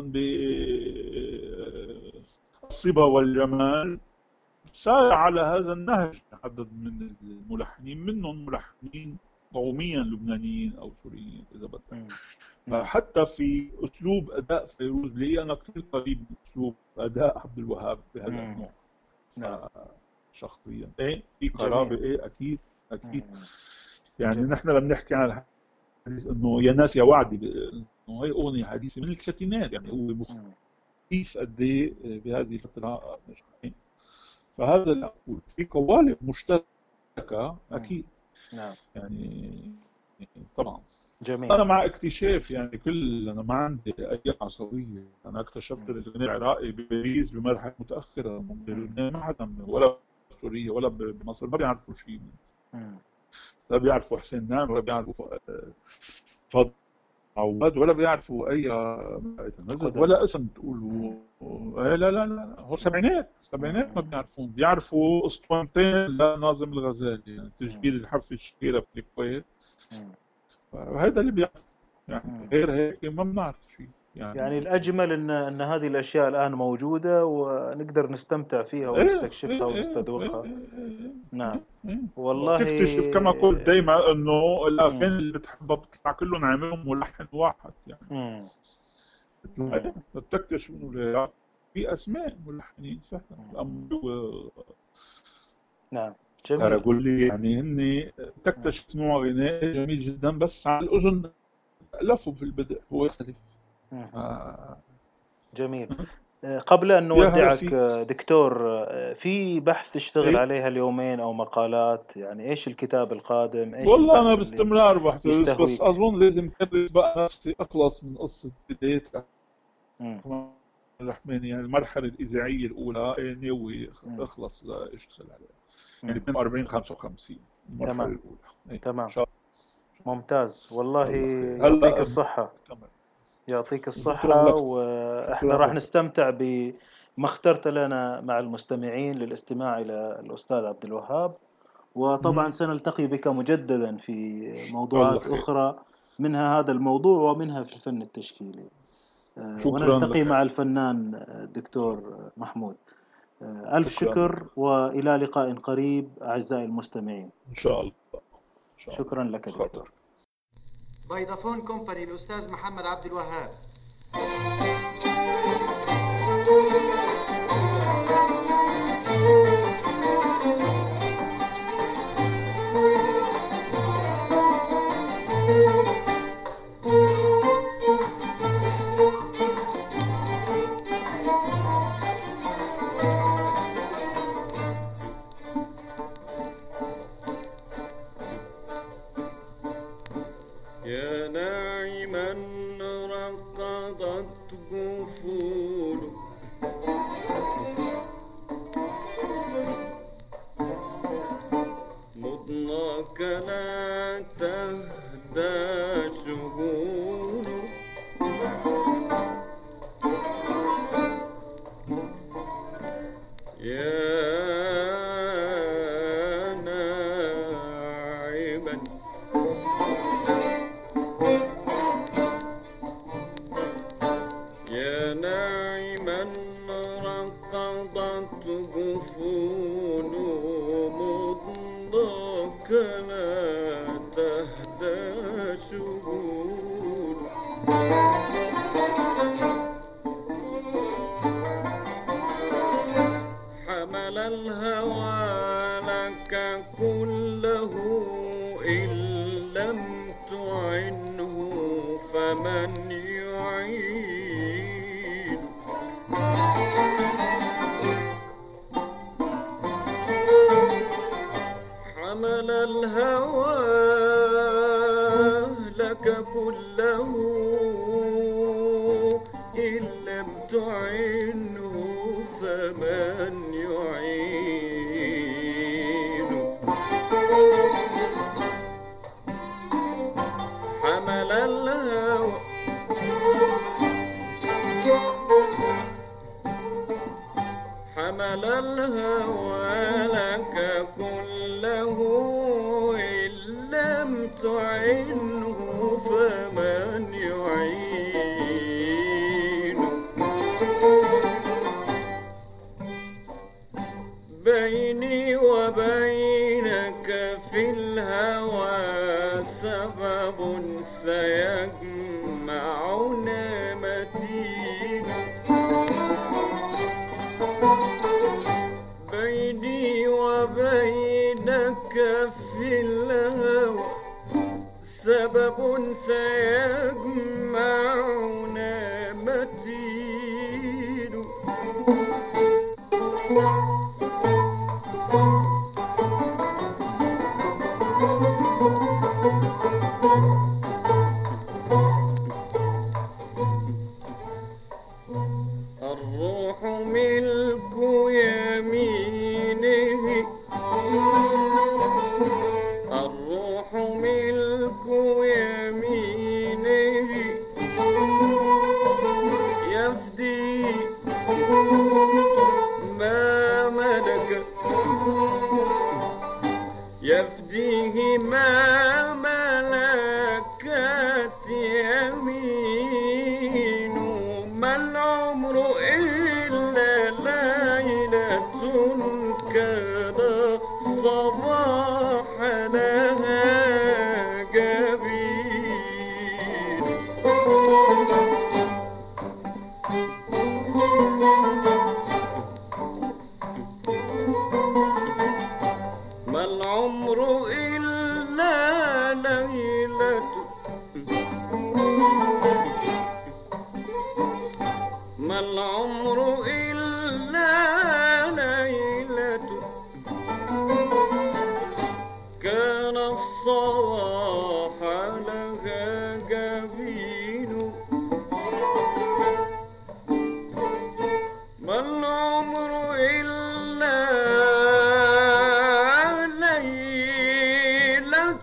بالصبا والجمال، سار على هذا النهج عدد من الملحنين، منهم ملحنين قوميا لبنانيين او سوريين اذا بدك. مم. نعم. فحتى في اسلوب اداء فيروز بلاقي انا كثير قريب من اسلوب اداء عبد الوهاب بهذا مم. النوع. نعم. شخصيا ايه في جميل. قرابه، ايه اكيد اكيد. مم. يعني جميل. نحن لما بنحكي عن الحديث انه يا ناس يا وعدي، انه هي اغنيه حديثه من الثلاثينات، يعني هو مم. مخيف قد ايه بهذه الفتره نجحين. فهذا اللي أقول في قوالب مشتركة مم. أكيد نعم. يعني. طبعا جميل. أنا مع اكتشاف يعني أنا ما عندي أي عصبية. أنا اكتشفت مم. الغناء العراقي بباريس بمرحلة متأخرة من مم. لبنان. ما حدا ولا بسوريا ولا بمصر ما بيعرفوا شيء. مم. لا بيعرفوا حسين نعم، ولا بيعرفوا فضل عواد، ولا بيعرفوا اي نزل قدماء. ولا اسم تقولوا. لا هو السبعينات ما مم. بيعرفون. بيعرفوا اسطوانتين لناظم الغزالي، يعني مم. تسجيل الحفل الشهيرة في الكويت. مم. وهذا اللي بيعرف يعني، مم. غير هيك ما بنعرف شيء يعني يعني. الأجمل إن هذه الأشياء الآن موجودة ونقدر نستمتع فيها ايه ونستكشفها ايه ايه ايه ونستذوقها. ايه نعم. ايه. والله. وبتكتشف كما قلت دايما انه مم. الاغاني اللي بتحبها بتطلع كلهم عاملهم ملحن واحد يعني. مم. بتلاقي مم. بتكتشف انه في اسماء ملحنين فعلا. مم. الامر نعم. جميل. كاراجولي يعني هن مم. تكتشف نوع غنائي جميل جدا، بس على الاذن تألفه في البدء هو يختلف. مم. آه. جميل. قبل أن يا هلا نودعك فيك. دكتور، في بحث تشتغل ايه عليها اليومين أو مقالات، يعني إيش الكتاب القادم، إيش والله انا البحث اللي باستمرار بحث، بس يستهويك؟ اظن لازم كرس بقى نفسي اخلص من قصه بدايه مم. الرحمن. يعني المرحله الاذاعيه الاولى ناوي مم. اخلص لاشتغل عليها. يعني مم. 42 55 المرحله تمام. الاولى. ايه ان تمام. شاء ممتاز والله. الله خير. يعطيك هلا الصحة. تمام. يعطيك شكرا الصحة. لك. وإحنا شكرا راح لك. نستمتع بما اخترت لنا مع المستمعين للاستماع إلى الأستاذ عبد الوهاب. وطبعا مهم. سنلتقي بك مجددا في الله موضوعات خير. أخرى منها هذا الموضوع ومنها في الفن التشكيلي. شكرا ونلتقي لك. مع الفنان الدكتور محمود. ألف شكرا لك. شكر وإلى لقاء قريب أعزائي المستمعين. إن شاء الله. إن شاء الله. شكرا لك دكتور. فودافون كومباني الأستاذ محمد عبد الوهاب. يا ناعما رقضت جفونه مضناك لا تهدى شجونه يا ناعما يا ناعما رقضت جفونه مضناك لا تهدى شجونه حمل الهوى لك كله إن لم تعنه فمن يعين حمل الهوى لك كله إن لم تعنه فمن يعين حمل الهوى حمل الهوى لك كله إن لم تعنه فمن يعين بيني وبينك في الهوى سبب سيجمعنا متين بيني وبينك في الهوى سبب سيجمعنا متين الروح ملك يمينه الروح ملك يمينه يفدي ما ملك يفديه ما ملكت يمين ما العمر إلا ليلة كان صباح لها جبين ما العمر إلا ليلة ما العمر إلا ليلة كان الصباح لها جبين ما العمر إلا ليلة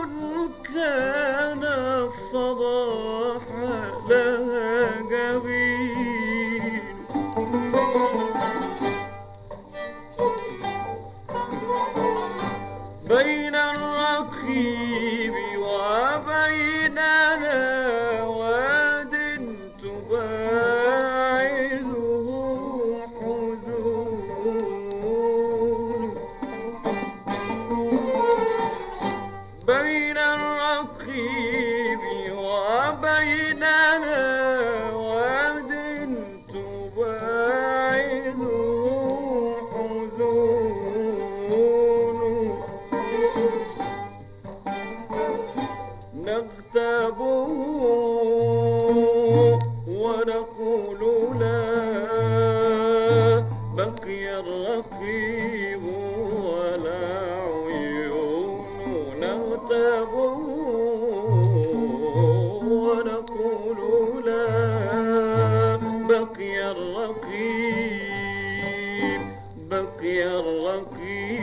كان الصباح لها جبين بين الرقيب وبين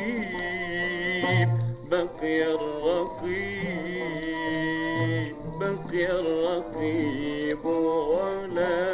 بقي الرقيب بقي الرقيب ولا